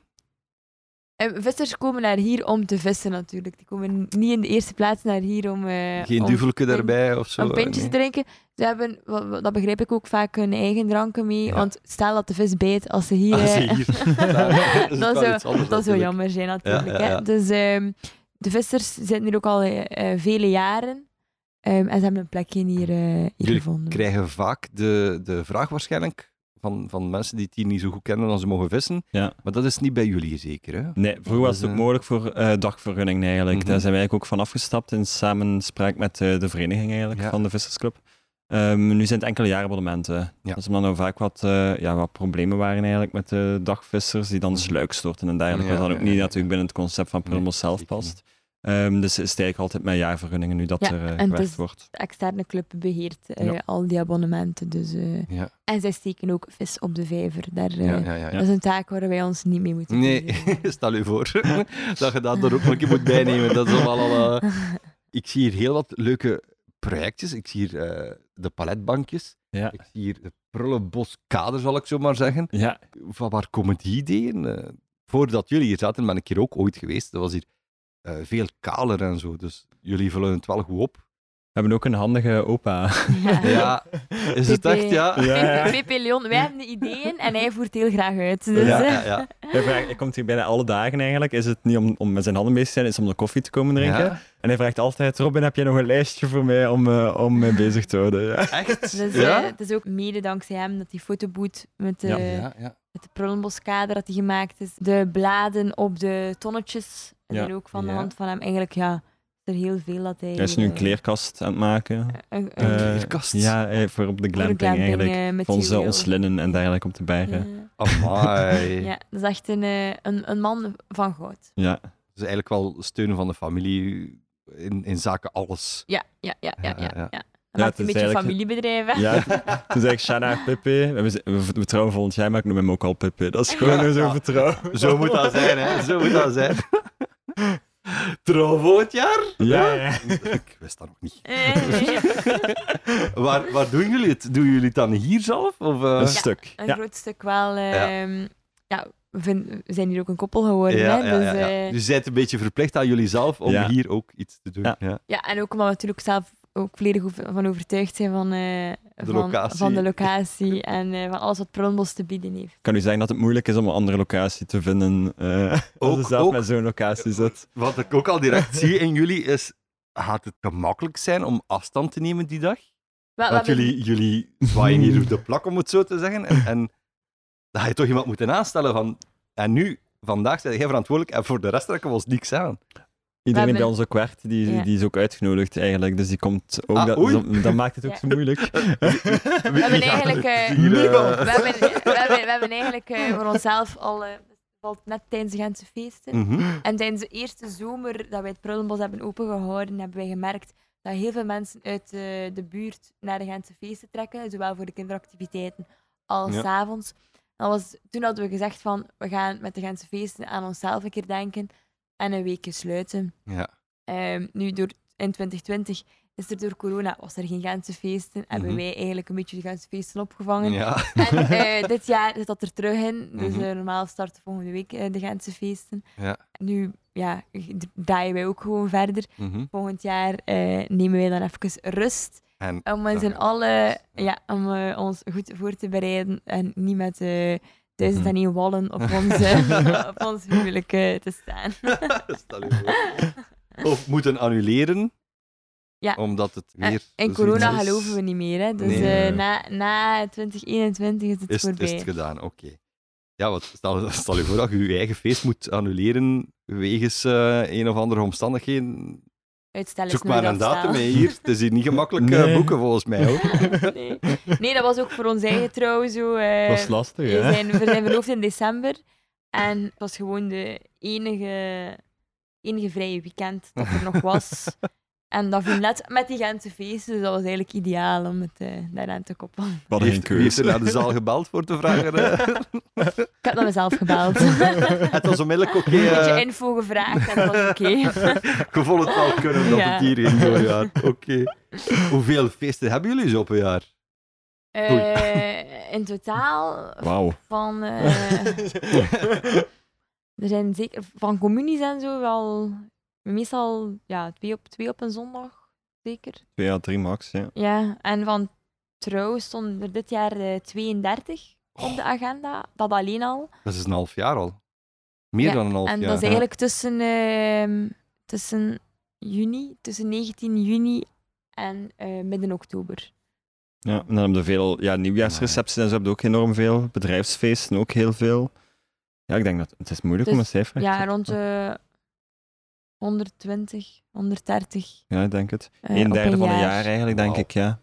Uh, vissers komen naar hier om te vissen natuurlijk. Die komen niet in de eerste plaats naar hier om... Uh, geen duvelke daarbij of zo? Om pintjes nee. te drinken. Ze hebben, dat begrijp ik ook, vaak hun eigen dranken mee. Ja. Want stel dat de vis bijt als ze hier... Als ze hier. Ja, dat zou, anders, dat zou jammer zijn natuurlijk. Ja, ja, ja. Hè? Dus um, de vissers zitten hier ook al uh, vele jaren. Um, en ze hebben een plekje hier, uh, hier Jullie gevonden. krijgen vaak de, de vraag waarschijnlijk van, van mensen die het hier niet zo goed kennen dan ze mogen vissen. Ja. Maar dat is niet bij jullie zeker, hè? Nee, vroeger was het ook mogelijk voor uh, dagvergunning eigenlijk. Mm-hmm. Daar zijn wij eigenlijk ook van afgestapt in samenspraak met uh, de vereniging eigenlijk, ja. van de Vissersclub. Um, nu zijn het enkele jaarabonnementen. Ja. Dus omdat er vaak wat, uh, ja, wat problemen waren eigenlijk met de dagvissers die dan sluikstorten en dergelijke. Ja, wat dan ook ja, niet ja, natuurlijk binnen het concept van Prullenbos nee, zelf past. Um, dus is het eigenlijk altijd met jaarvergunningen nu dat ja, er uh, gewerkt dus wordt. De externe club beheert uh, ja. al die abonnementen. Dus, uh, ja. En zij steken ook vis op de vijver. Daar, uh, ja, ja, ja, ja. Dat is een taak waar wij ons niet mee moeten Nee, stel u voor dat je dat er ook nog een keer moet bijnemen. Dat is allemaal, uh... Ik zie hier heel wat leuke projectjes. Ik zie hier uh, de paletbankjes. Ja. Ik zie hier de Prullenboskader, zal ik zo maar zeggen. Ja. Van waar komen die ideeën? Uh, voordat jullie hier zaten, ben ik hier ook ooit geweest. Dat was hier Uh, veel kaler en zo, dus jullie vullen het wel goed op. We hebben ook een handige opa. Ja, ja. Is het echt, ja? ja. P P Leon, wij hebben de ideeën en hij voert heel graag uit. Dus, ja, ja, ja. Hij, vraagt, hij komt hier bijna alle dagen eigenlijk. Is het niet om, om met zijn handen bezig te zijn, is om de koffie te komen drinken. Ja. En hij vraagt altijd, Robin, heb jij nog een lijstje voor mij om, uh, om mij bezig te houden? Ja. Echt? Dus, ja? uh, het is ook mede dankzij hem dat die fotoboot met de... Ja. Ja, ja. Met de Prullenboskader dat die gemaakt is. De bladen op de tonnetjes. En ja. ook van de ja. hand van hem. Eigenlijk, ja, er heel veel dat hij... Hij is nu een kleerkast aan het maken. Uh, een, een uh, kleerkast? Ja, voor op de glamping, de glamping eigenlijk. Uh, voor onze, ons linnen en dergelijke om te bergen. Ja. Amai. Ja, dat is echt een, een, een man van goud. Ja. Dus eigenlijk wel steun van de familie in, in zaken alles. Ja, ja, ja, ja, ja. ja, ja. ja. Ja, maakt een beetje eigenlijk... familiebedrijven. Ja, het is eigenlijk Shanna Pepe. We, we, we trouwen volgend jaar, maar ik noem hem ook al Pepe. Dat is gewoon ja, zo ja. vertrouwen. Zo moet dat zijn, hè. Zo moet dat zijn. Trouw volgend jaar? Ja, ja. Ik wist dat nog niet. waar, waar doen jullie het? Doen jullie het dan hier zelf? Of, uh... Een ja, stuk. Een ja. groot stuk wel. Uh, ja. ja we, vind, we zijn hier ook een koppel geworden. Ja, hè, ja, dus, ja, ja. uh... dus je bent een beetje verplicht aan jullie zelf om ja. hier ook iets te doen. Ja, ja. ja en ook omdat we natuurlijk zelf ook volledig van overtuigd zijn van, uh, de, van, locatie. van de locatie en uh, van alles wat Prullenbos te bieden heeft. Kan u zeggen dat het moeilijk is om een andere locatie te vinden uh, als je zelf ook, met zo'n locatie zit? Wat ik ook al direct zie in jullie is, gaat het gemakkelijk zijn om afstand te nemen die dag? Wel, Want jullie, hebben... jullie zwaaien hier op de plak, om het zo te zeggen, en, en dan ga je toch iemand moeten aanstellen van, en nu, vandaag zijn jij verantwoordelijk en voor de rest trekken we ons niks aan. Iedereen die hebben... bij ons ook werkt, die, ja. die is ook uitgenodigd eigenlijk, dus die komt ook... Ah, dat, zo, dat maakt het ook ja. zo moeilijk. We hebben eigenlijk... Uh, we, hebben, we, hebben, we hebben eigenlijk uh, voor onszelf al... Uh, valt net tijdens de Gentse feesten. Mm-hmm. En tijdens de eerste zomer dat wij het Prullenbos hebben opengehouden, hebben wij gemerkt dat heel veel mensen uit uh, de buurt naar de Gentse feesten trekken, zowel voor de kinderactiviteiten als ja. 's avonds. En was, toen hadden we gezegd van, we gaan met de Gentse feesten aan onszelf een keer denken en een weekje sluiten. Ja. Um, nu, door, in twintig twintig is er door corona, was er geen Gentse feesten, mm-hmm. hebben wij eigenlijk een beetje de Gentse feesten opgevangen. Ja. En uh, dit jaar zit dat er terug in, dus mm-hmm. uh, normaal starten volgende week uh, de Gentse feesten. Ja. Nu ja, draaien wij ook gewoon verder. Mm-hmm. Volgend jaar uh, nemen wij dan even rust. En, om ons in alle, ja, om uh, ons goed voor te bereiden en niet met uh, duizend en één wallen op ons, uh, op ons huwelijk uh, te staan. Stel je voor. Of moeten annuleren. Ja. Omdat het weer... En in corona is. Geloven we niet meer. Hè. Dus nee. uh, na, na twintig eenentwintig is het is, voorbij. Is het gedaan, oké. Okay. Ja, wat, stel, stel je voor dat je je eigen feest moet annuleren wegens uh, een of andere omstandigheden. uitstel is Zoek nooit maar een afstel. datum mee hier. Het is hier niet gemakkelijk Nee. uh, boeken, volgens mij, hoor. nee. nee, dat was ook voor ons eigen trouw zo. Uh, dat was lastig, we, hè? zijn, we zijn verloofd in december. En het was gewoon de enige, enige vrije weekend dat er nog was. En dat viel net met die Gentse feesten, dus dat was eigenlijk ideaal om het uh, daaraan te koppelen. We hadden geen Wie heeft er keuze. naar de zaal gebeld voor te vragen? Uh... Ik heb naar mezelf gebeld. Het was onmiddellijk oké. Een Okay, beetje uh... info gevraagd en dat was oké. Je vond het wel kunnen dat Ja. het hier ging doorgaan. Oké. Okay. Hoeveel feesten hebben jullie zo op een jaar? Uh, in totaal Wauw. van... Uh, er zijn zeker van communies en zo wel... Meestal ja, twee, op, twee op een zondag, zeker. Twee à drie max, ja. Ja, en van trouw stonden er dit jaar uh, tweeëndertig op de agenda. Dat alleen al. Dat is een half jaar al. Meer ja, dan een half en jaar. dat is eigenlijk tussen, uh, tussen juni, tussen negentien juni en uh, midden oktober. Ja, en dan hebben we veel ja, nieuwjaarsrecepties en zo hebben we ook enorm veel. Bedrijfsfeesten ook heel veel. Ja, ik denk dat het is moeilijk Dus, om een cijfer ja, te zetten. rond uh, honderdtwintig, honderddertig. Ja, ik denk het. Uh, een derde een van een jaar. jaar eigenlijk, denk Wauw. ik, ja.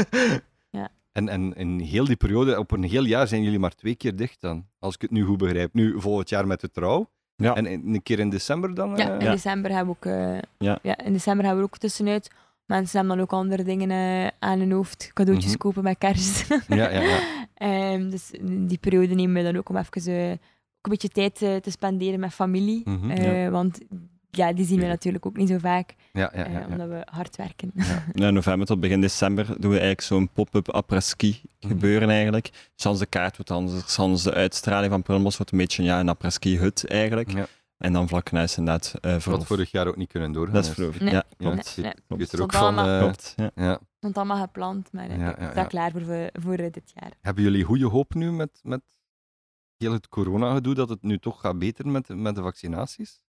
ja. En, en in heel die periode, op een heel jaar, zijn jullie maar twee keer dicht dan. Als ik het nu goed begrijp. Nu volgend jaar met de trouw. Ja. En een keer in december dan? Ja, Uh... in december hebben we ook, uh, Ja. ja, in december hebben we ook tussenuit. Mensen hebben dan ook andere dingen uh, aan hun hoofd. Cadeautjes Mm-hmm. kopen met kerst. Ja, ja, ja. um, dus die periode nemen we dan ook om even uh, ook een beetje tijd uh, te spenderen met familie. Mm-hmm, uh, ja. Want ja, die zien we Ja. natuurlijk ook niet zo vaak. Ja, ja, ja, uh, ja. omdat we hard werken. Ja. Ja, in november tot begin december doen we eigenlijk zo'n pop-up après-ski gebeuren eigenlijk. Sans de kaart wordt anders, sans de uitstraling van Prullenbos wordt een beetje ja, een après-ski hut eigenlijk. Ja. En dan vlak na is inderdaad uh, verlof. Wat vorig jaar ook niet kunnen doorgaan. Dat is verlof. Nee. Ja, Nee, klopt. nee. Ik weet er Stond ook van... allemaal- Uh, klopt ja. ja. Het stond allemaal gepland, maar uh, Ja, ik ja, sta ja. klaar voor, voor, voor uh, dit jaar. Hebben jullie goede hoop nu met, met heel het corona-gedoe, dat het nu toch gaat beter met, met de vaccinaties?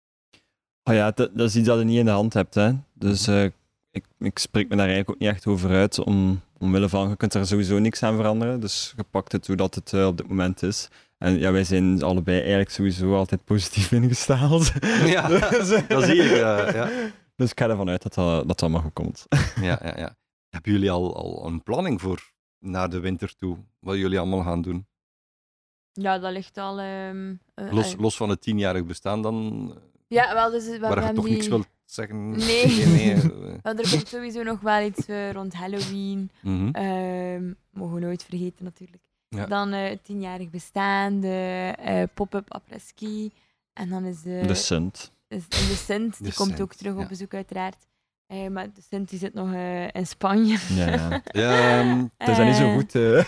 Oh ja, dat, dat is iets dat je niet in de hand hebt. Hè. Dus uh, ik, ik spreek me daar eigenlijk ook niet echt over uit, om, omwille van, je kunt er sowieso niks aan veranderen. Dus je pakt het hoe dat het uh, op dit moment is. En ja, wij zijn allebei eigenlijk sowieso altijd positief ingesteld. Ja, dus, dat zie ik. Uh, ja. Dus ik ga ervan uit dat dat, dat allemaal goed komt. Ja, ja, ja. Hebben jullie al, al een planning voor naar de winter toe? Wat jullie allemaal gaan doen? Ja, dat ligt al... Um, uh, Los, uh, los van het tienjarig bestaan dan? Ja, wel, dus we, Waar we je toch die... niks wilt zeggen? Nee. nee, nee uh. Wel, er komt sowieso nog wel iets uh, rond Halloween. Mm-hmm. Um, mogen we nooit vergeten, natuurlijk. Ja. Dan uh, het tienjarig bestaan, de uh, pop-up après-ski. En dan is de... De Sint. Is, en de Sint, die De komt Sint, ook terug ja. op bezoek, uiteraard. Uh, maar de Sint die zit nog uh, in Spanje. Ja, ja. Ja, um, Het is dan niet zo goed. Uh.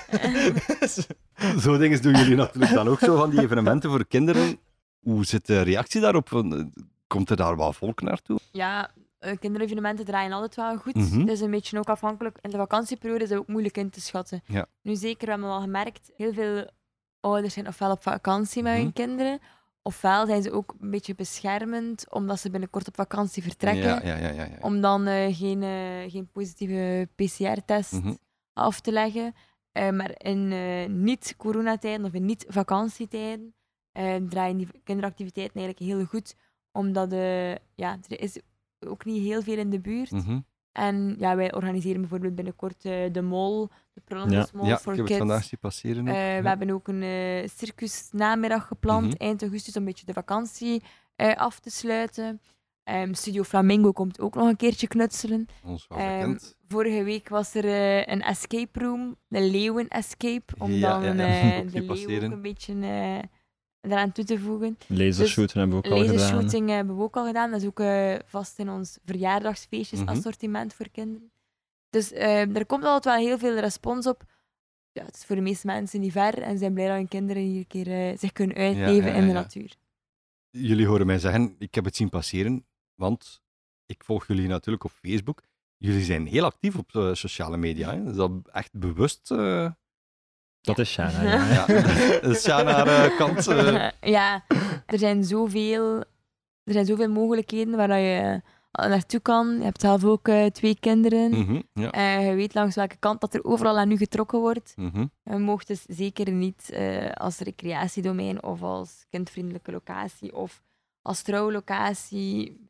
Zo dingen doen jullie natuurlijk dan ook zo van die evenementen voor kinderen. Hoe zit de reactie daarop? Komt er daar wel volk naartoe? Ja, uh, kinderevenementen draaien altijd wel goed. Mm-hmm. Het is een beetje ook afhankelijk. In de vakantieperiode is dat ook moeilijk in te schatten. Ja. Nu zeker, we hebben al gemerkt, heel veel ouders zijn ofwel op vakantie met Mm-hmm. hun kinderen, ofwel zijn ze ook een beetje beschermend, omdat ze binnenkort op vakantie vertrekken. Ja, ja, ja, ja, ja. Om dan uh, geen, uh, geen positieve P C R-test Mm-hmm. af te leggen. Uh, maar in uh, niet-coronatijden of in niet-vakantietijden uh, draaien die kinderactiviteiten eigenlijk heel goed, omdat uh, ja, er is ook niet heel veel in de buurt. Mm-hmm. En ja, wij organiseren bijvoorbeeld binnenkort uh, de mol, de Prullenbosmol Ja, voor ik heb kids. het vandaag zien passeren. Uh, ja. We hebben ook een uh, circusnamiddag gepland, Mm-hmm. eind augustus, om een beetje de vakantie uh, af te sluiten. Um, Studio Flamingo komt ook nog een keertje knutselen. Ons wel Um, bekend. vorige week was er uh, een escape room, de leeuwen escape, om Ja, dan ja, ja. uh, Ook de zien leeuw passeren. ook een beetje uh, eraan toe te voegen. Lasershooting hebben we ook al gedaan. Lasershooting hebben we ook al gedaan. Dat is ook uh, vast in ons verjaardagsfeestjes Mhm. assortiment voor kinderen. Dus uh, er komt altijd wel heel veel respons op. Ja, het is voor de meeste mensen niet ver en ze zijn blij dat hun kinderen hier een keer uh, zich kunnen uitleven Ja, ja, in de ja. natuur. Jullie horen mij zeggen, ik heb het zien passeren, want ik volg jullie natuurlijk op Facebook. Jullie zijn heel actief op uh, sociale media. Hè? Is dat echt bewust? Uh... Dat is Shana, ja. Ja, dat is Shana haar uh, kant. Uh... Ja, er zijn zoveel, er zijn zoveel mogelijkheden waar je uh, naartoe kan. Je hebt zelf ook uh, twee kinderen. Mm-hmm, ja. Uh, je weet langs welke kant dat er overal aan u getrokken wordt. Mm-hmm. Je moogt dus zeker niet uh, als recreatiedomein of als kindvriendelijke locatie of als trouwlocatie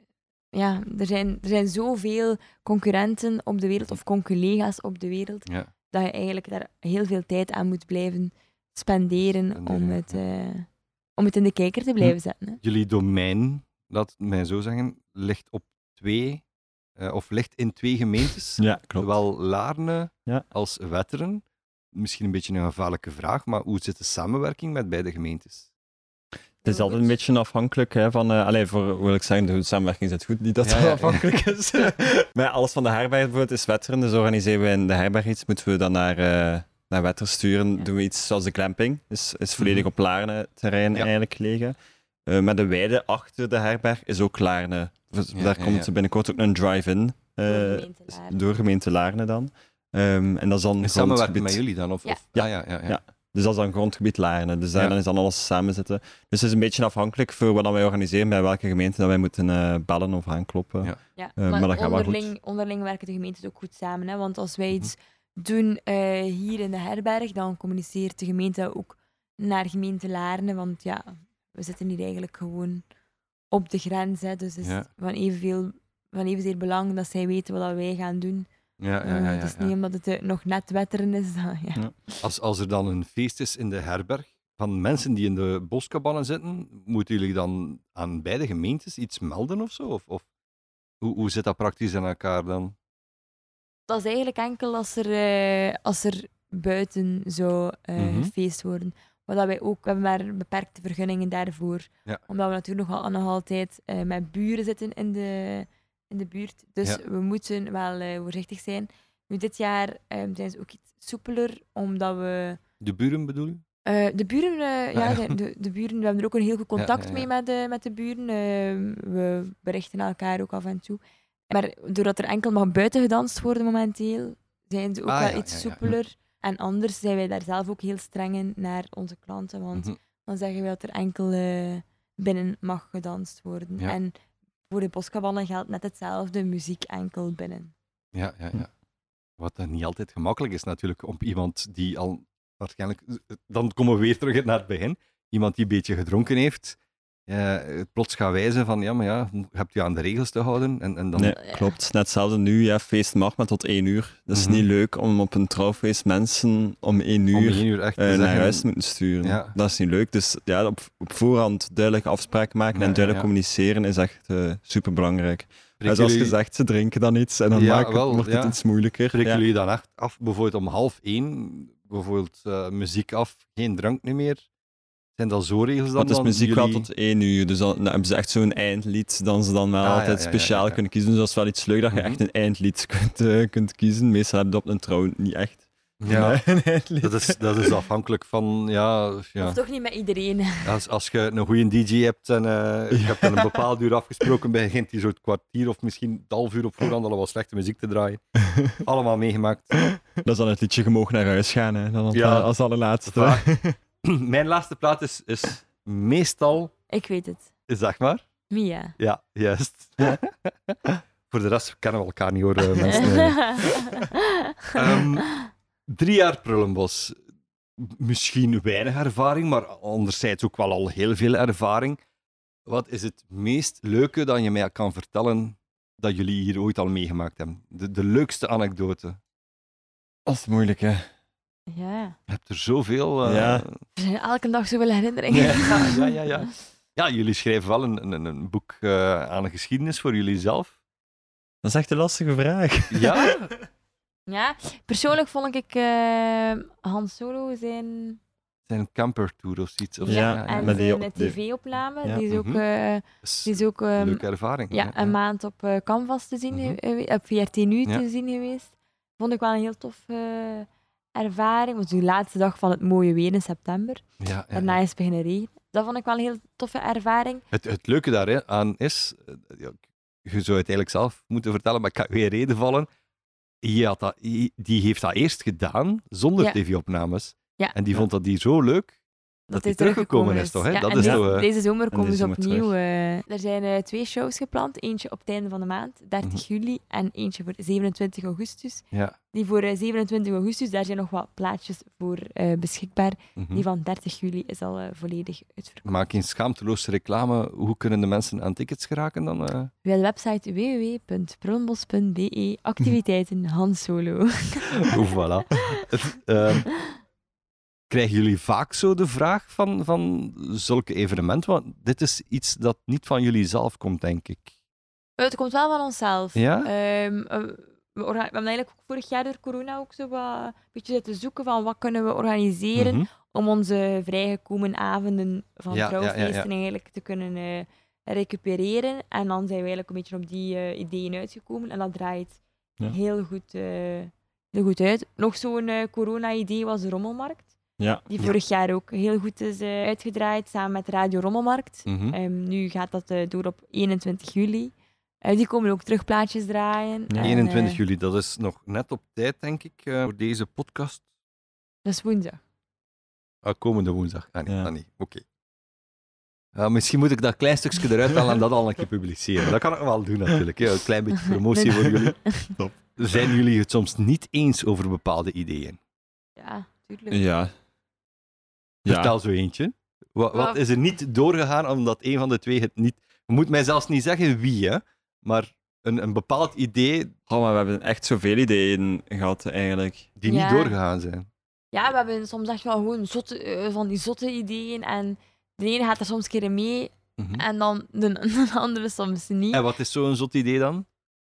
ja, er zijn, er zijn zoveel concurrenten op de wereld, of conculega's op de wereld, ja. dat je eigenlijk daar heel veel tijd aan moet blijven spenderen, Spenderen, om, het, ja. uh, om het in de kijker te blijven Hm. zetten. Hè. Jullie domein, laat mij zo zeggen, ligt op twee, uh, of ligt in twee gemeentes. Ja, klopt. Zowel Laarne ja. als Wetteren. Misschien een beetje een gevaarlijke vraag, maar hoe zit de samenwerking met beide gemeentes? Het is altijd een beetje afhankelijk hè, van... Uh, allez, voor wil ik zeggen, de samenwerking zit goed, niet dat het ja, ja, afhankelijk ja. is. Maar alles van de herberg bijvoorbeeld is Wetteren, dus organiseren we in de herberg iets, moeten we dan naar, uh, naar Wetteren sturen. Ja. Doen we iets zoals de glamping, is, is volledig op Laarne-terrein ja. eigenlijk liggen. Uh, met de weide achter de herberg is ook Laarne. Dus ja, daar ja, komt ja. binnenkort ook een drive-in uh, door, gemeente door gemeente Laarne dan. Um, en dat is dan samenwerken met jullie dan? Of, ja. Of? Ja. Ah, ja, ja, ja. ja. Dus dat is dan grondgebied Laarne. Dus daar ja. is dan alles samen zitten. Dus het is een beetje afhankelijk voor wat wij organiseren, bij welke gemeente dat wij moeten uh, bellen of aankloppen. Ja. Ja. Uh, maar maar dat gaat wel onderling, goed. onderling werken de gemeentes ook goed samen. Hè? Want als wij iets mm-hmm. doen uh, hier in de herberg, dan communiceert de gemeente ook naar gemeente Laarne. Want ja, we zitten hier eigenlijk gewoon op de grens. Hè? Dus het is ja. van, evenveel, van evenzeer belang dat zij weten wat wij gaan doen. Ja, ja, ja, ja, uh, dus niet ja. omdat het uh, nog net Wetteren is. Dan, ja. Ja. Als, als er dan een feest is in de herberg van mensen die in de boskabannen zitten, moeten jullie dan aan beide gemeentes iets melden of zo? Of, of hoe, hoe zit dat praktisch in elkaar dan? Dat is eigenlijk enkel als er, uh, als er buiten zou uh, mm-hmm. feest worden. Maar dat wij ook, we hebben maar beperkte vergunningen daarvoor. Ja. Omdat we natuurlijk nog, al, nog altijd uh, met buren zitten in de... in de buurt. Dus ja. we moeten wel uh, voorzichtig zijn. Nu, dit jaar um, zijn ze ook iets soepeler, omdat we... De buren bedoel je? Uh, de buren, uh, ja, de, de, de buren, we hebben er ook een heel goed contact ja, ja, ja. mee met de, met de buren. Uh, we berichten elkaar ook af en toe. Maar doordat er enkel mag buiten gedanst worden momenteel, zijn ze ook ah, wel ja, iets ja, ja. soepeler. En anders zijn wij daar zelf ook heel streng in naar onze klanten, want mm-hmm. dan zeggen wij dat er enkel uh, binnen mag gedanst worden. Ja. En voor de boskabannen geldt net hetzelfde, muziek enkel binnen. Ja, ja, ja. Wat dan niet altijd gemakkelijk is natuurlijk, om iemand die al waarschijnlijk... Dan komen we weer terug naar het begin. Iemand die een beetje gedronken heeft, uh, plots gaat wijzen van, ja, maar ja, je hebt je aan de regels te houden. En, en dan... Nee, klopt. Net hetzelfde nu, ja, feest mag maar tot één uur. Dat is mm-hmm. niet leuk om op een trouwfeest mensen om één uur, om één uur echt uh, naar zeggen... huis te moeten sturen. Ja. Dat is niet leuk. Dus ja, op, op voorhand duidelijke afspraken maken ja, en duidelijk ja, ja. communiceren is echt uh, superbelangrijk. En zoals jullie... gezegd, ze drinken dan iets en dan ja, maken, wel, wordt het ja. iets moeilijker. Spreken ja. jullie dan echt af, bijvoorbeeld om half één, bijvoorbeeld uh, muziek af, geen drank meer? Zijn dat zo regels dan? Want het is muziek jullie... wel tot één uur, dus dan, dan hebben ze echt zo'n eindlied dat ze dan wel ah, altijd ja, ja, speciaal ja, ja, ja. kunnen kiezen. Dus dat is wel iets leuk dat je mm-hmm. echt een eindlied kunt, uh, kunt kiezen. Meestal heb je dat op een trouw niet echt. Ja, dat is, dat is afhankelijk van... Ja, ja. Of toch niet met iedereen. Als, als je een goede D J hebt en uh, je hebt dan een bepaald uur afgesproken, begint die zo'n kwartier of misschien een half uur op voorhand al wat slechte muziek te draaien. Allemaal meegemaakt. Dat is dan het liedje, je mag naar huis gaan, hè. Dan ja, als allerlaatste. Mijn laatste plaat is, is meestal... Ik weet het. Zeg maar. Mia. Ja, juist. Voor de rest kennen we elkaar niet, hoor, mensen. um, drie jaar Prullenbos. Misschien weinig ervaring, maar anderzijds ook wel al heel veel ervaring. Wat is het meest leuke dat je mij kan vertellen dat jullie hier ooit al meegemaakt hebben? De, de leukste anekdote. Dat is moeilijk, hè? Ja. Je hebt er zoveel... Uh... Ja. Er zijn elke dag zoveel herinneringen. Ja, ja, ja, ja. Ja, jullie schrijven wel een, een, een boek uh, aan een geschiedenis voor jullie zelf. Dat is echt een lastige vraag. Ja? Ja, persoonlijk vond ik uh, Han Solo zijn... Zijn campertour of zoiets. Of ja, ja, ja, en ja. zijn tv-opname. Ja. Die is ook... Uh, die is ook um, leuke ervaring. Ja, ja, een ja. maand op uh, Canvas te zien, mm-hmm. uh, op V R T Nu ja. te zien geweest. Vond ik wel een heel tof uh, ervaring. Het was de laatste dag van het mooie weer in september. Ja, ja, Daarna ja. is het beginnen regenen. Dat vond ik wel een heel toffe ervaring. Het, het leuke daaraan is... Ja, je zou het eigenlijk zelf moeten vertellen, maar ik ga weer reden vallen. Die, had dat, die heeft dat eerst gedaan, zonder ja. tv-opnames. Ja. En die vond dat die zo leuk, dat hij teruggekomen is, toch? Hè? Ja, dat en is deze, toch, uh... deze zomer komen deze ze zomer opnieuw. Uh, er zijn uh, twee shows gepland. Eentje op het einde van de maand, dertig Mm-hmm. juli, en eentje voor zevenentwintig augustus. Ja. Die voor uh, zevenentwintig augustus, daar zijn nog wat plaatsjes voor uh, beschikbaar. Mm-hmm. Die van dertig juli is al uh, volledig uitverkocht. Maak geen schaamteloze reclame. Hoe kunnen de mensen aan tickets geraken dan? Uh... Via de website w w w punt prullenbos punt b e. Activiteiten Han Solo. Voilà. uh, krijgen jullie vaak zo de vraag van, van zulke evenementen? Want dit is iets dat niet van jullie zelf komt, denk ik. Het komt wel van onszelf. Ja? Um, we, orga- we hebben eigenlijk ook vorig jaar door corona ook zo wat, een beetje zitten zoeken van wat kunnen we organiseren Mm-hmm. om onze vrijgekomen avonden van Ja, trouwfeesten ja, ja, ja. eigenlijk te kunnen uh, recupereren. En dan zijn we eigenlijk een beetje op die uh, ideeën uitgekomen. En dat draait Ja. heel, goed, uh, heel goed uit. Nog zo'n uh, corona-idee was de Rommelmarkt. Ja. Die Ja. vorig jaar ook heel goed is uh, uitgedraaid, samen met Radio Rommelmarkt. Mm-hmm. Um, nu gaat dat uh, door op eenentwintig juli. Uh, die komen ook terug plaatjes draaien. Ja. En, eenentwintig uh, juli, dat is nog net op tijd, denk ik, uh, voor deze podcast. Dat is woensdag. Uh, komende woensdag. Ah, nee, Ja. ah, nee. oké. Okay. Uh, misschien moet ik dat klein stukje eruit halen en dat al een keer publiceren. Dat kan ik wel doen, natuurlijk. Hè. Een klein beetje promotie voor jullie. Top. Zijn jullie het soms niet eens over bepaalde ideeën? Ja, tuurlijk. Ja. Ja. Vertel zo eentje. Wat, wat Wat- is er niet doorgegaan omdat een van de twee het niet... Je moet mij zelfs niet zeggen wie, hè. Maar een, een bepaald idee Oh, maar we hebben echt zoveel ideeën gehad, eigenlijk. die Ja. niet doorgegaan zijn. Ja, we hebben soms echt wel gewoon zotte, uh, van die zotte ideeën. En de ene gaat er soms een keer in mee Mhm. en dan de, de andere soms niet. En wat is zo'n zot idee dan?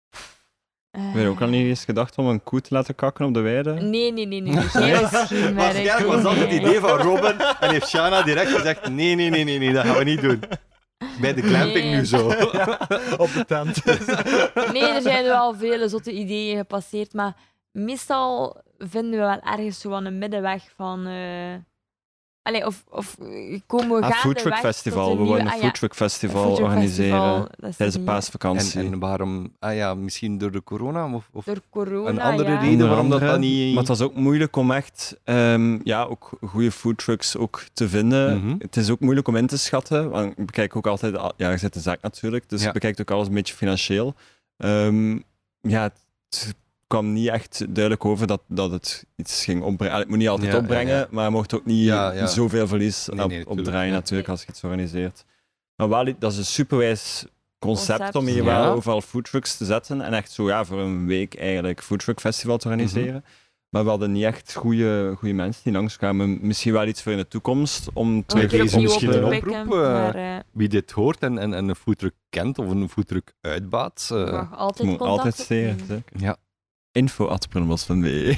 Uh, We hebben ook al niet eens gedacht om een koe te laten kakken op de weide. Nee, nee, nee, nee. Geen misschien Waarschijnlijk was dat het idee van Robin en heeft Shana direct gezegd: nee, nee, nee, nee, nee, dat gaan we niet doen. Bij de glamping Nee. nu zo. Op de tent. Nee, er zijn wel vele zotte ideeën gepasseerd, maar meestal vinden we wel ergens zo aan een middenweg van... Uh... Allee, of, of uh, komen we Ah, gaandeweg Foodtruck tot Festival. een We nieuwe- willen een ah, ja, Foodtruck Festival Foodtruck organiseren Festival, dat is tijdens de die- paasvakantie. En, en waarom? Ah ja, misschien door de corona? Of, of Door corona, een andere ja. reden Onder waarom dat andere, dan niet... Maar het was ook moeilijk om echt um, ja, ook goede foodtrucks ook te vinden. Mhm. Het is ook moeilijk om in te schatten. Want ik bekijk ook altijd... al- Ja, je zit de zaak natuurlijk, dus Ja. je bekijkt ook alles een beetje financieel. Um, ja, het kwam niet echt duidelijk over dat, dat het iets ging opbrengen. Allee, het moet niet altijd Ja, opbrengen, ja, ja. maar je mocht ook niet Ja, ja. zoveel verlies Nee, op, nee, natuurlijk, opdraaien ja. natuurlijk Nee. als je iets organiseert. Maar wel, dat is een superwijs concept, Concept. om hier Ja. wel overal foodtrucks te zetten en echt zo ja, voor een week eigenlijk foodtruck festival te organiseren. Mhm. Maar we hadden niet echt goede mensen die langskwamen. Misschien wel iets voor in de toekomst om te Om een keer deze opnieuw misschien op te een pikken, oproep, uh, maar, uh, Wie dit hoort en, en, en een foodtruck kent of een foodtruck uitbaat. je Uh, mag altijd moet contact altijd steren. opnemen. zeker. ja. info at prullenbos punt b e.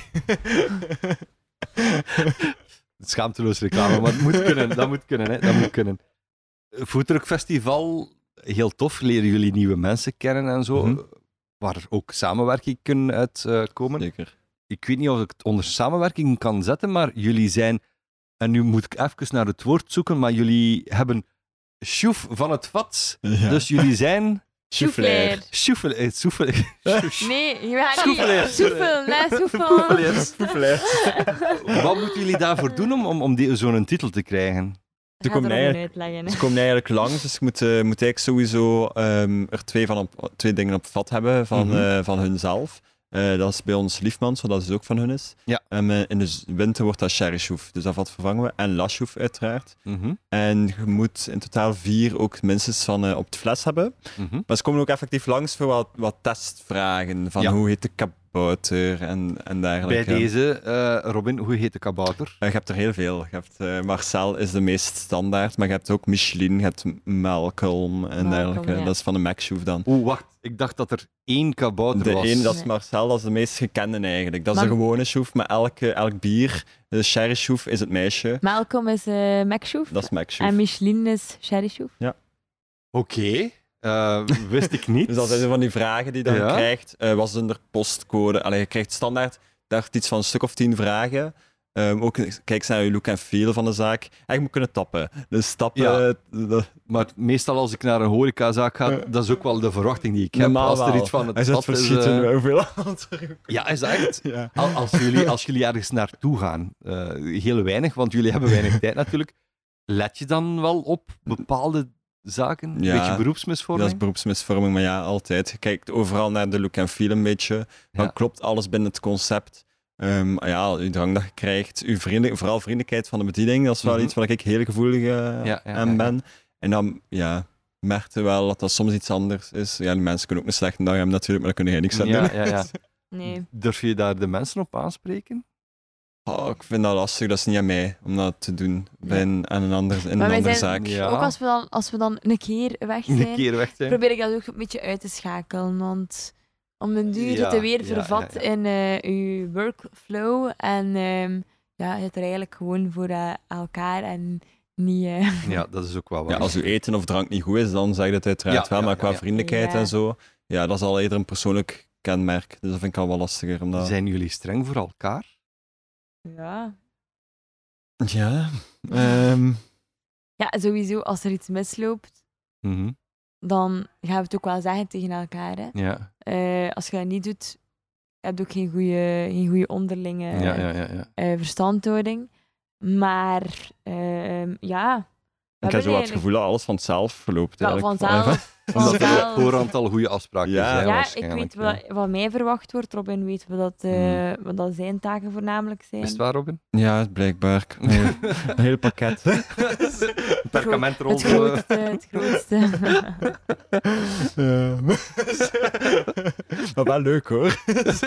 Schaamteloos reclame, maar het moet kunnen. Dat moet kunnen, hè. Dat moet kunnen. Foodtruck Festival, heel tof. Leren jullie nieuwe mensen kennen en zo. Mhm. Waar ook samenwerking kunnen uitkomen. Zeker. Ik weet niet of ik het onder samenwerking kan zetten, maar jullie zijn, en nu moet ik even naar het woord zoeken, maar jullie hebben chouf van het vat. Ja. Dus jullie zijn Souffleur. choufel, eh, soefel, Nee, je gaat Souffleur. niet... Soefel, nee, soefel. Wat moeten jullie daarvoor doen om, om, om die- zo'n titel te krijgen? Dat komen gaat er eigenlijk- uitleggen. hè. Ze komen eigenlijk langs, dus je moet, uh, moet eigenlijk sowieso um, er twee, van op, twee dingen op vat hebben van, Mhm. uh, van hunzelf. Uh, dat is bij ons Liefmans, zodat het ook van hun is. Ja. En uh, in de z- winter wordt dat sherrychouf, dus dat vat vervangen we. En laschouf uiteraard. Mhm, En je moet in totaal vier ook minstens van uh, op het fles hebben. mhm. Maar ze komen ook effectief langs voor wat, wat testvragen. Van Ja. hoe heet de kabouter en, en dergelijke. Bij deze, eh, Robin, hoe heet de kabouter? Uh, je hebt er heel veel. Je hebt, uh, Marcel is de meest standaard, maar je hebt ook Michelin, je hebt Malcolm en Malcolm, dergelijke. ja. Dat is van de McShoef dan. Oeh, wacht. Ik dacht dat er één kabouter De was. een, dat is Nee. Marcel, dat is de meest gekende eigenlijk. Dat is Maar- de gewone schoef, maar elke, elk bier, de sherry schoef, is het meisje. Malcolm is uh, McShoef Dat is McShoef. en Michelin is Sherry Shoef. Oké, eh, wist ik niet. Dus dat zijn zo van die vragen die je dan Ja. krijgt. Uh, wat is er postcode? Allee, je krijgt standaard daar iets van een stuk of tien vragen. Um, ook kijk eens naar je look en feel van de zaak. En je moet kunnen tappen. Dus tappen... Ja. uh, dat- Maar meestal als ik naar een horecazaak ga, Ja. dat is ook wel de verwachting die ik heb. Normaal Als er wel. iets van het Hij zit pad is... verschieten eh, hoeveel antwoorden. Ja, is dat echt? Ja. Al- Als jullie, als jullie ergens naartoe gaan, eh, heel weinig, want jullie hebben weinig tijd natuurlijk. let je dan wel op bepaalde zaken? Een Ja, beetje beroepsmisvorming? Dat is beroepsmisvorming, maar ja, altijd. Je kijkt overal naar de look en feel een beetje. Dan Ja. klopt alles binnen het concept. Um, ja, uw drang dat je krijgt, uw vriendelijk, vooral vriendelijkheid van de bediening, dat is wel Mhm. iets waar ik heel gevoelig uh, Ja, ja, aan ja, ben. ja. En dan, ja, merkte wel dat dat soms iets anders is. Ja, die mensen kunnen ook een slechte dag hebben natuurlijk, maar daar kun je niks aan Ja, doen. ja, ja. Nee. Durf je daar de mensen op aanspreken? Oh, ik vind dat lastig, dat is niet aan mij om dat te doen bij een, aan een ander, in Maar een wij andere zijn- zaak. Ja. Ook als we, dan, als we dan een keer weg zijn, Een keer weg zijn? probeer ik dat ook een beetje uit te schakelen. Want om den duur Ja, zit je weer ja, vervat ja, ja. in eh, je workflow. En ehm, ja, je zit er eigenlijk gewoon voor eh, elkaar en niet... eh, Ja, dat is ook wel waar. Ja, als uw eten of drank niet goed is, dan zeg je het uiteraard Ja, wel, ja, maar ja, qua ja. vriendelijkheid Ja. en zo, ja, dat is al eerder een persoonlijk kenmerk. Dus dat vind ik al wel lastiger. Omdat... Zijn jullie streng voor elkaar? ja. Ja, ehm, ja, sowieso, als er iets misloopt, Mhm. dan gaan we het ook wel zeggen tegen elkaar. Hè. Ja. Eh, als je dat niet doet, heb je ook geen goede geen goede onderlinge Ja, ja, ja, ja. eh, verstandhouding. Maar ehm, ja... we ik heb zo hebben wat het gevoel dat alles vanzelf verloopt. Ja, eigenlijk. vanzelf. Omdat er op vanzelf. voorhand al goede afspraken Ja. zijn Ja, ik waarschijnlijk. weet wat, wat mij verwacht wordt. Robin weet wat, dat, eh, Hmm. wat dat zijn taken voornamelijk zijn. Is het waar, Robin? Ja, blijkbaar. Een heel, een heel pakket. Perkamentrol. Het grootste, het grootste. Ja. Maar wel leuk hoor.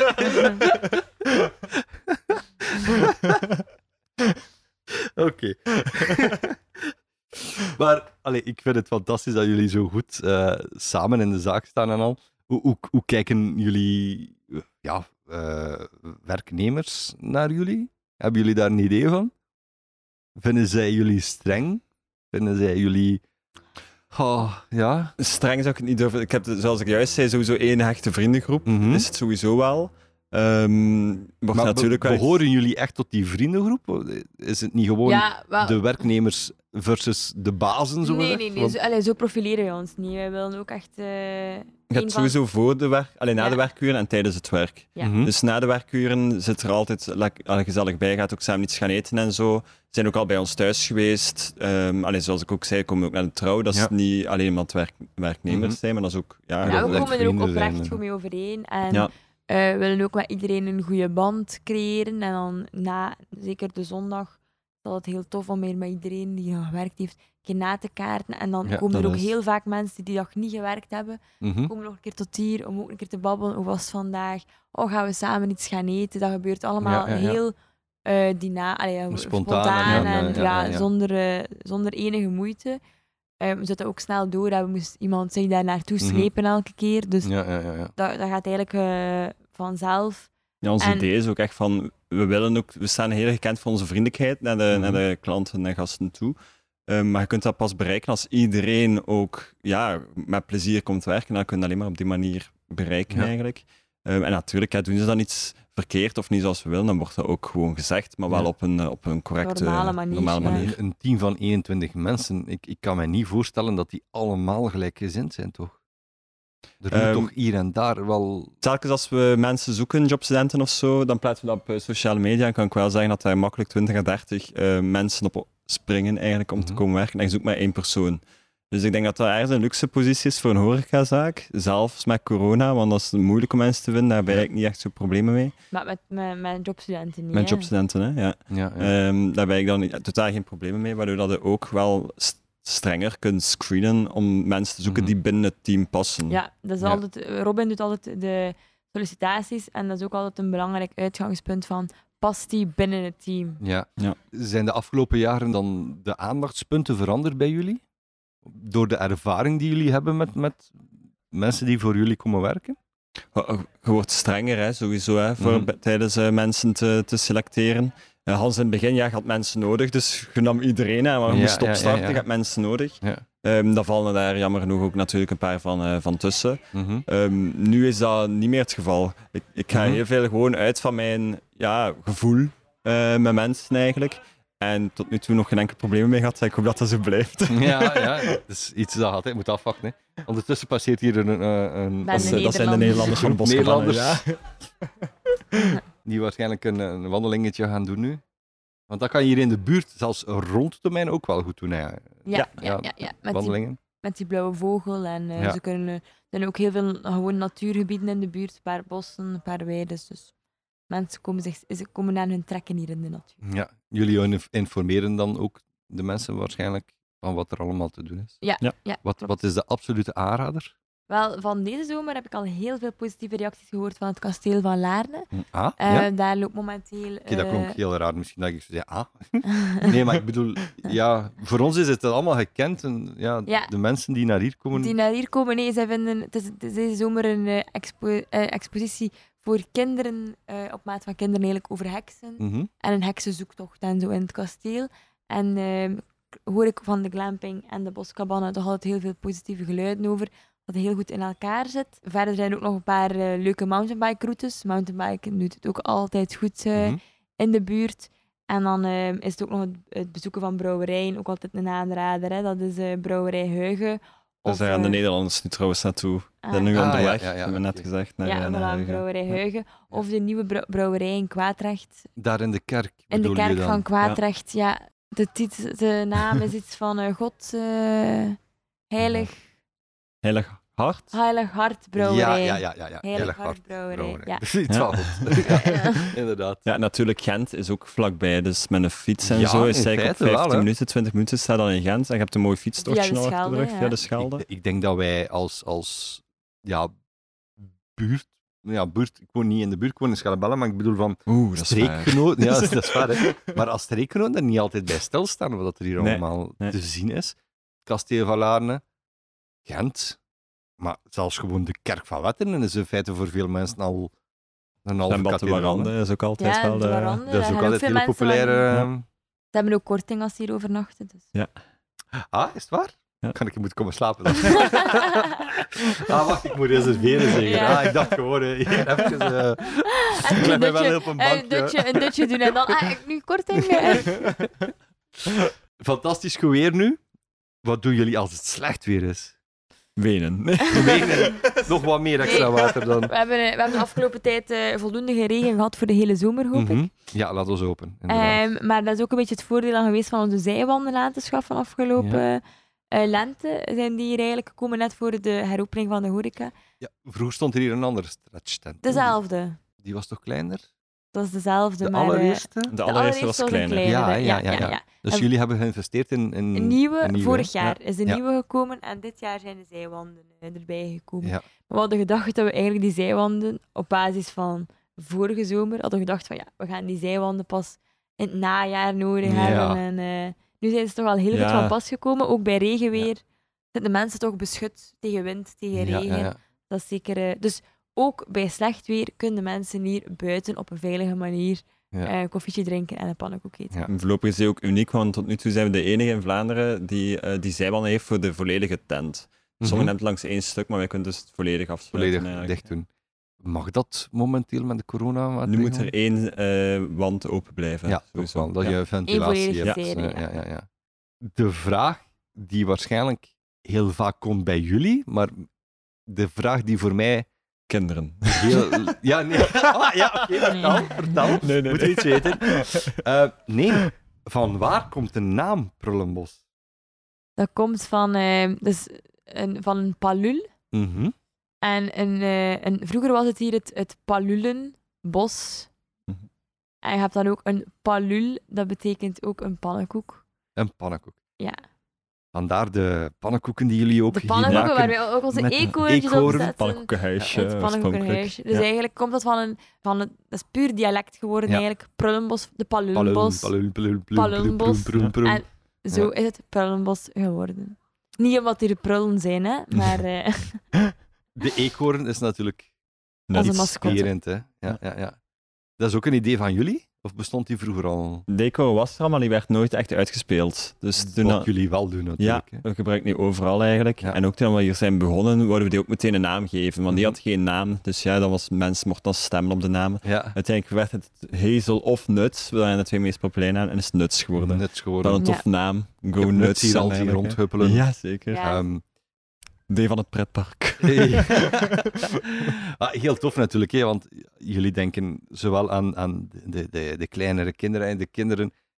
Oké. Maar allee, ik vind het fantastisch dat jullie zo goed eh, samen in de zaak staan en al. Hoe, hoe, hoe kijken jullie eh, ja, eh, werknemers naar jullie? Hebben jullie daar een idee van? Vinden zij jullie streng? Vinden zij jullie... Oh, ja? Streng zou ik het niet durven. Ik heb, zoals ik juist zei, sowieso één hechte vriendengroep. Mhm. Is het sowieso wel. Ehm wordt Maar natuurlijk be- wel... behoren jullie echt tot die vriendengroep? Is het niet gewoon Ja, wel, de werknemers versus de bazen, zo nee, gezegd? nee, nee. Want- Zo, allee, zo profileren we ons niet. Wij willen ook echt... eh, Je een hebt van- sowieso voor de werk, alleen na Ja. de werkuren en tijdens het werk. Ja. Mhm. Dus na de werkuren zit er altijd lek- allee, gezellig bij, gaat ook samen iets gaan eten en zo. Zijn ook al bij ons thuis geweest. Um, allee, zoals ik ook zei, komen we ook naar de trouw. Dat is Ja. niet alleen omdat werk, werknemers Mhm. zijn, maar dat is ook... Ja, Ja, Ja, dat we we echt komen er ook vrienden oprecht zijn, goed mee overeen. En Ja. eh, we willen ook met iedereen een goede band creëren. En dan na, zeker de zondag, is het heel tof om meer met iedereen die nog gewerkt heeft, een keer na te kaarten. En dan Ja, komen er dat ook is- heel vaak mensen die die dag niet gewerkt hebben, Mhm. komen nog een keer tot hier om ook een keer te babbelen. Hoe was het vandaag? Oh, gaan we samen iets gaan eten? Dat gebeurt allemaal Ja, ja, ja. heel uh, dyna- allee, Spontaan spontaan en, en ja, ja, ja, ja. Zonder, eh, zonder enige moeite. Eh, we zetten ook snel door. Hebben moest iemand zich daar naartoe Mhm. slepen elke keer. Dus Ja, ja, ja, ja. dat, dat gaat eigenlijk eh, vanzelf. Ja, ons En- idee is ook echt van, we willen ook, we staan heel gekend voor onze vriendelijkheid naar de, Mhm. naar de klanten en gasten toe. Um, maar je kunt dat pas bereiken als iedereen ook ja, met plezier komt werken. En dan kun je dat alleen maar op die manier bereiken Ja. eigenlijk. Um, en natuurlijk, ja, doen ze dan iets verkeerd of niet zoals we willen, dan wordt dat ook gewoon gezegd, maar wel Ja. op een, eh, op een correcte, Normale manier, normale ja. manier. Een, een team van eenentwintig mensen, ik, ik kan me niet voorstellen dat die allemaal gelijkgezind zijn, toch? Er moet Ehm, toch hier en daar wel... Telkens als we mensen zoeken, jobstudenten of zo, dan plaatsen we dat op eh, sociale media. En kan ik wel zeggen dat daar makkelijk twintig à dertig eh, mensen op springen eigenlijk om te Mhm. komen werken. En je zoekt maar één persoon. Dus ik denk dat dat ergens een luxe positie is voor een horecazaak. Zelfs met corona, want dat is moeilijk om mensen te vinden. Daar heb je Ja. eigenlijk niet echt zo problemen mee. Maar met, met, met jobstudenten niet. Met hè. jobstudenten, hè. Ja. Ja, ja. Ehm, daar heb ik dan niet- totaal geen problemen mee, waardoor dat je ook wel st- strenger kunt screenen om mensen te zoeken Mhm. die binnen het team passen. Ja, dat is Ja. altijd, Robin doet altijd de sollicitaties. En dat is ook altijd een belangrijk uitgangspunt van, past die binnen het team? Ja. Ja. Zijn de afgelopen jaren dan de aandachtspunten veranderd bij jullie? Door de ervaring die jullie hebben met, met mensen die voor jullie komen werken? Je je wordt strenger, hè, sowieso, hè, voor, Mhm. bij- tijdens eh, mensen te, te selecteren. Uh, Hans, in het begin, ja, je had mensen nodig, dus je nam iedereen, hè, maar je Ja, moest ja, ja, opstarten, ja. je hebt mensen nodig. Ja. Um, daar vallen er jammer genoeg ook natuurlijk een paar van, eh, van tussen. Mhm. Um, nu is dat niet meer het geval. Ik, ik ga Mhm. heel veel gewoon uit van mijn ja, gevoel uh, met mensen eigenlijk. En tot nu toe nog geen enkel probleem mee gehad. Ik hoop dat dat zo blijft. Ja, ja, dat is iets dat je altijd moet afwachten. Hè. Ondertussen passeert hier een... een, een Ben Dat, is- de dat zijn de Nederlanders van de Groep Boskabannen, Nederlanders. ja. die waarschijnlijk een, een wandelingetje gaan doen nu. Want dat kan je hier in de buurt, zelfs rond het domein, ook wel goed doen. Hè. Ja, ja, ja, ja, ja. Met, wandelingen. die, met die blauwe vogel. En uh, Ja. ze kunnen, er zijn ook heel veel gewoon natuurgebieden in de buurt. Een paar bossen, een paar weiden. Dus mensen komen, zich, ze komen aan hun trekken hier in de natuur. Ja, jullie informeren dan ook de mensen waarschijnlijk van wat er allemaal te doen is. Ja, Ja. ja Wat, klopt. wat is de absolute aanrader? Wel, van deze zomer heb ik al heel veel positieve reacties gehoord van het kasteel van Laarne. Ah, Uh, ja. Daar loopt momenteel... Oké, dat uh, klonk heel raar. Misschien dat ik zo zei, ah. Nee, maar ik bedoel, ja, voor ons is het allemaal gekend. En, ja, Ja. De mensen die naar hier komen... Die naar hier komen, nee, zij vinden... Het is, het is deze zomer een uh, expo, uh, expositie voor kinderen, uh, op maat van kinderen eigenlijk, over heksen. Mm-hmm. En een heksenzoektocht en zo in het kasteel. En uh, hoor ik van de glamping en de boscabannen toch altijd heel veel positieve geluiden over. Dat het heel goed in elkaar zit. Verder zijn er ook nog een paar uh, leuke mountainbike-routes. Mountainbiken doet het ook altijd goed uh, Mm-hmm. in de buurt. En dan uh, is het ook nog het, het bezoeken van brouwerijen, ook altijd een aanrader. Hè. Dat is uh, Brouwerij Heugen. Daar zijn uh, de Nederlanders nu trouwens naartoe. ah, zijn nu Ah, onderweg, ja, ja, ja, hebben we net oké. gezegd. Naar, ja, naar voilà, Heugen. Brouwerij Ja. Heugen. Of de nieuwe brou- brouwerij in Kwaadrecht. Daar in de kerk, In de bedoel je kerk dan? van Kwaadrecht, ja. ja de, tit- de naam is iets van uh, God, uh, heilig, Heilig Hart. heilig Hart Ja, brouwerij. ja, ja, ja, ja. Heilig Heilig Hart hard. brouwerij, brouwerij. ja. Dat is iets Ja. van God. Ja, Ja. inderdaad. Ja, natuurlijk Gent is ook vlakbij, dus met een fiets en Ja, zo is in het eigenlijk op feite wel, vijftien hè. minuten, twintig minuten staat dan in Gent en je hebt een mooi fietstochtje Via de nog achter de Schelde, rug, ja. via de Schelde. Ik, ik denk dat wij als, als ja, buurt, ja, buurt, ik woon niet in de buurt, ik woon in Schellebelle, maar ik bedoel van Oeh, dat is waar. streekgenoten, ja, dat is waar, hè. Maar als streekgenoten er niet altijd bij stilstaan wat er hier Nee, allemaal nee. te zien is. Kasteel van Laarne, Gent, maar zelfs gewoon de kerk van Wetteren is in feite voor veel mensen al een halve Zwembad de kathedraal, hè. Warande is ook altijd Ja, wel de de... Warande. Dat is Daar ook gaan altijd veel heel mensen populair. aan- ehm. Ze hebben ook korting als ze hier overnachten. Dus. Ah, is het waar? Ja. Kan ik hier moeten komen slapen dan? Ah, wacht, ik moet reserveren zeggen. Ja. Ah, ik dacht gewoon, eh, hier even... eh, En ik leg mij wel dutje- op een eh, bankje. Een dutje, een dutje doen en dan, ah, ik nu korting. eh. Fantastisch goed weer nu. Wat doen jullie als het slecht weer is? Wenen. Wenen. Nog wat meer extra water dan. We hebben, eh, we hebben de afgelopen tijd eh, voldoende regen gehad voor de hele zomer, hoop ik. Mhm. Ja, laat ons open. inderdaad. Ehm, maar dat is ook een beetje het voordeel aan geweest van onze zijwanden aan te schaffen afgelopen eh, lente. Zijn die hier eigenlijk gekomen net voor de heropening van de horeca. Ja, vroeger stond er hier een andere stretchtent. Dezelfde. Die was toch kleiner? Dat is dezelfde, De maar... eh, allereerste? De allereerste was een kleiner. kleinere. Ja, ja, ja, ja. Dus En- jullie hebben geïnvesteerd in, in Een nieuwe, een vorig hè? jaar is de Ja. nieuwe gekomen en dit jaar zijn de zijwanden eh, erbij gekomen. Ja. Maar we hadden gedacht dat we eigenlijk die zijwanden, op basis van vorige zomer, hadden gedacht van ja, we gaan die zijwanden pas in het najaar nodig Ja. hebben. En eh, nu zijn ze toch al heel goed Ja. van pas gekomen. Ook bij regenweer zitten de mensen toch beschut tegen wind, tegen Ja, regen. ja, ja. Dat is zeker... eh, dus ook bij slecht weer kunnen mensen hier buiten op een veilige manier Ja. eh, een koffietje drinken en een pannenkoek eten. Ja. En voorlopig is die ook uniek, want tot nu toe zijn we de enige in Vlaanderen die eh, die zijwanden heeft voor de volledige tent. Sommigen Mhm. hebben het langs één stuk, maar wij kunnen dus het volledig afsluiten. Volledig eigenlijk. dicht doen. Mag dat momenteel met de corona? Nu moet er één eh, wand open blijven. Ja, toch sowieso. wel, dat Ja. je ventilatie volledige hebt. serie, Eh, ja. ja, ja, ja. De vraag die waarschijnlijk heel vaak komt bij jullie, maar de vraag die voor mij Kinderen. heel... Ja, nee. Ah, ja, oké, vertel, Nee. vertel. Nee, nee, Moet nee. iets weten. Eh, nee, van waar komt de naam Prullenbos? Dat komt van, eh, dus een, van een palul. Mhm. En een, eh, een, vroeger was het hier het, het palulenbos. Mhm. En je hebt dan ook een palul, dat betekent ook een pannenkoek. Een pannenkoek. Ja. Vandaar de pannenkoeken die jullie ook De hier pannenkoeken waar maken. wij ook onze met een eekhoorntjes op eekhoorn, zetten. Pannenkoekenhuisje. Het pannenkoekenhuisje. Dus Ja. eigenlijk komt dat van een, van een... Dat is puur dialect geworden Ja. eigenlijk. Prullenbos, de Palul, palulbos. palul, palul, palul, Palulbos. palul, palul, palul. En zo Ja. is het Prullenbos geworden. Niet omdat hier prullen zijn, hè, maar eh, De eekhoorn is natuurlijk Net Onze iets. mascotte. sperend, hè. Ja, ja, ja. Dat is ook een idee van jullie? Of bestond die vroeger al? Deco was er al, maar die werd nooit echt uitgespeeld. Dus toen Wat dat- jullie wel doen ja, natuurlijk. hè. we gebruiken die overal eigenlijk. Ja. En ook toen we hier zijn begonnen, wouden we die ook meteen een naam geven. Want die Mhm. had geen naam. Dus ja, dan was, mensen mochten dan stemmen op de naam. Ja. Uiteindelijk werd het Hazel of Nuts. We zijn de twee meest populaire namen. En is Nuts geworden. Net geworden. Dan een Ja. tof naam. Go Ik heb Nuts. Nuts hier dan al zien eigenlijk, hè. rondhuppelen. Ja, zeker. Ja. Ehm, D van het pretpark. ah, heel tof natuurlijk, hè, want jullie denken zowel aan, aan de, de, de kleinere kinderen en de kinderen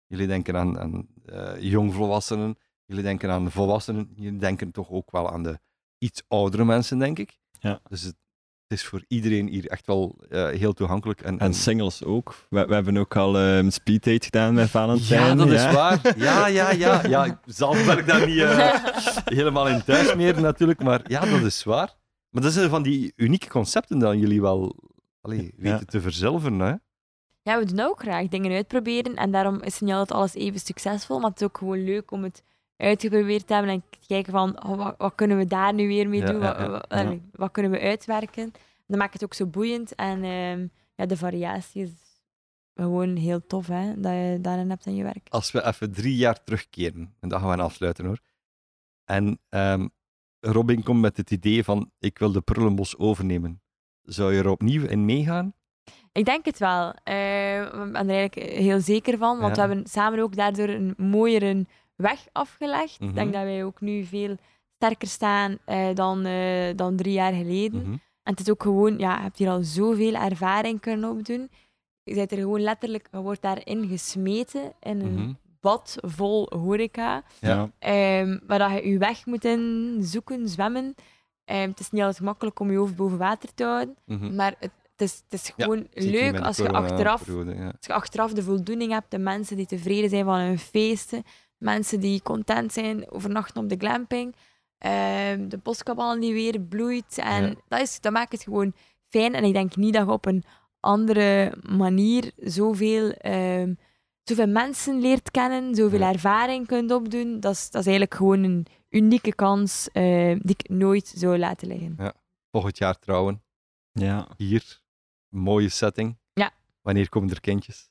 jullie denken aan, aan uh, jongvolwassenen, jullie denken aan volwassenen, jullie denken toch ook wel aan de iets oudere mensen, denk ik. Ja. Dus het, het is voor iedereen hier echt wel uh, heel toegankelijk. En, en, en singles ook. We, we hebben ook al een um, speeddate gedaan met Valentijn. Ja, dat ja. is waar. Ja, ja, ja. ja zelf ben ik daar niet uh, helemaal in thuis meer natuurlijk, maar ja, dat is waar. Maar dat zijn van die unieke concepten dat jullie wel allee, weten ja. te verzilveren, hè? Ja, we doen ook graag dingen uitproberen en daarom is het niet altijd alles even succesvol, maar het is ook gewoon leuk om het uitgeprobeerd te hebben en te kijken van oh, wat, wat kunnen we daar nu weer mee doen, ja, ja, ja. Wat, wat, ja. wat kunnen we uitwerken. Dat maakt het ook zo boeiend en um, ja, de variatie is gewoon heel tof hè, dat je daarin hebt in je werk. Als we even drie jaar terugkeren, en dat gaan we afsluiten hoor, en um, Robin komt met het idee van ik wil de Prullenbos overnemen, zou je er opnieuw in meegaan? Ik denk het wel. Uh, we ben er eigenlijk heel zeker van, want ja. we hebben samen ook daardoor een mooiere weg afgelegd. Mm-hmm. Ik denk dat wij ook nu veel sterker staan uh, dan, uh, dan drie jaar geleden. Mm-hmm. En het is ook gewoon, ja, je hebt hier al zoveel ervaring kunnen opdoen. Je bent er gewoon letterlijk, je wordt daarin gesmeten in een mm-hmm. bad vol horeca. Ja. Um, waar dat je je weg moet in zoeken, zwemmen. Um, het is niet altijd makkelijk om je hoofd boven water te houden, mm-hmm. maar het Het is, het is gewoon ja, leuk als je, achteraf, periode, ja. als je achteraf de voldoening hebt, de mensen die tevreden zijn van hun feesten, mensen die content zijn, overnachten op de glamping, uh, de boscabanen die weer bloeit. En ja. dat, is, dat maakt het gewoon fijn. En ik denk niet dat je op een andere manier zoveel, uh, zoveel mensen leert kennen, zoveel ja. ervaring kunt opdoen. Dat is, dat is eigenlijk gewoon een unieke kans uh, die ik nooit zou laten liggen. Ja. Volgend jaar trouwen. Ja. Hier. Mooie setting. Ja. Wanneer komen er kindjes?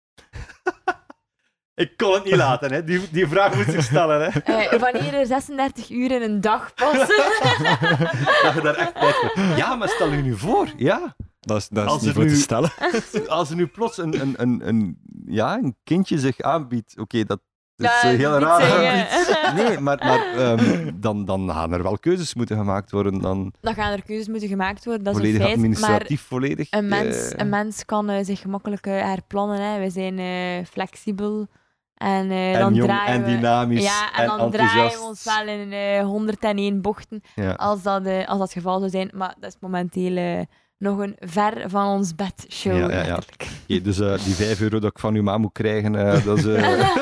Ik kon het niet laten, hè. Die, die vraag moet ik stellen. Hè. Uh, wanneer er zesendertig uur in een dag passen. Dat je daar echt tijd voor. Ja, maar stel je nu voor. Ja. Dat is, dat is niet voor nu, te stellen. Als er nu plots een, een, een, een, ja, een kindje zich aanbiedt, oké, okay, dat is ja, uh, heel raar aanbiedt. Nee, maar, maar um, dan, dan gaan er wel keuzes moeten gemaakt worden. Dan, dan gaan er keuzes moeten gemaakt worden, dat is volledig een feit. administratief, maar volledig. Een mens, uh, een mens kan uh, zich gemakkelijk uh, herplannen. Hè. We zijn uh, flexibel. En, uh, en dan jong draaien en we, dynamisch ja, en, en dan draaien we ons wel in uh, honderdéén bochten, ja. als, dat, uh, als dat het geval zou zijn. Maar dat is momenteel uh, nog een ver van ons bed show. Ja, ja, ja. Okay, dus uh, die vijf euro dat ik van uw ma moet krijgen, uh, dat is... Uh...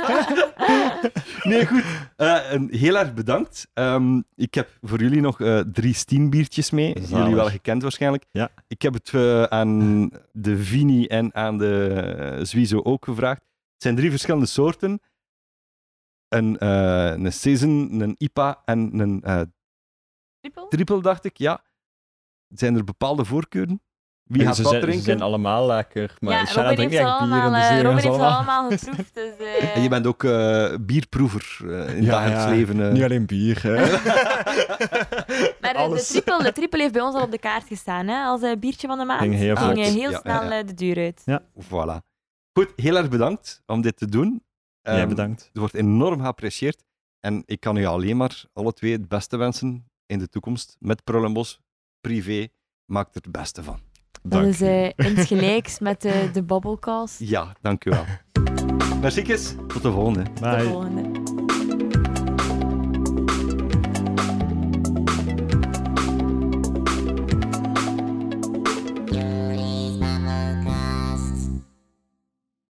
Nee, goed. Uh, heel erg bedankt. Um, ik heb voor jullie nog uh, drie Stien-biertjes mee. Zalig. Jullie wel gekend waarschijnlijk. Ja. Ik heb het uh, aan de Vini en aan de uh, Zwizo ook gevraagd. Het zijn drie verschillende soorten. Een, uh, een Season, een I P A en een uh, triple? triple, dacht ik. Ja. Zijn er bepaalde voorkeuren? Wie ja, gaat ze wat zijn, drinken? Ze zijn allemaal lekker. Maar ja, Shanna drinkt echt bier. Allemaal, dus Robin heeft allemaal... ze allemaal geproefd. Dus, uh... En je bent ook uh, bierproever uh, in ja, dagelijks ja. leven. Uh... Niet alleen bier. Hè. Maar de, de, triple, de triple heeft bij ons al op de kaart gestaan. Hè? Als uh, biertje van de maand. Ging heel, ging, uh, heel ja, snel ja, ja. Uh, de deur uit. Ja. Voilà. Goed, heel erg bedankt om dit te doen. Um, ja, bedankt. Het wordt enorm geapprecieerd. En ik kan u alleen maar alle twee het beste wensen in de toekomst. Met Prullenbos, privé, maak er het beste van. Dat dank is uh, insgelijks met uh, de Babbelcast. Ja, dank u wel. Merci, tot de volgende. Bye. Tot de volgende.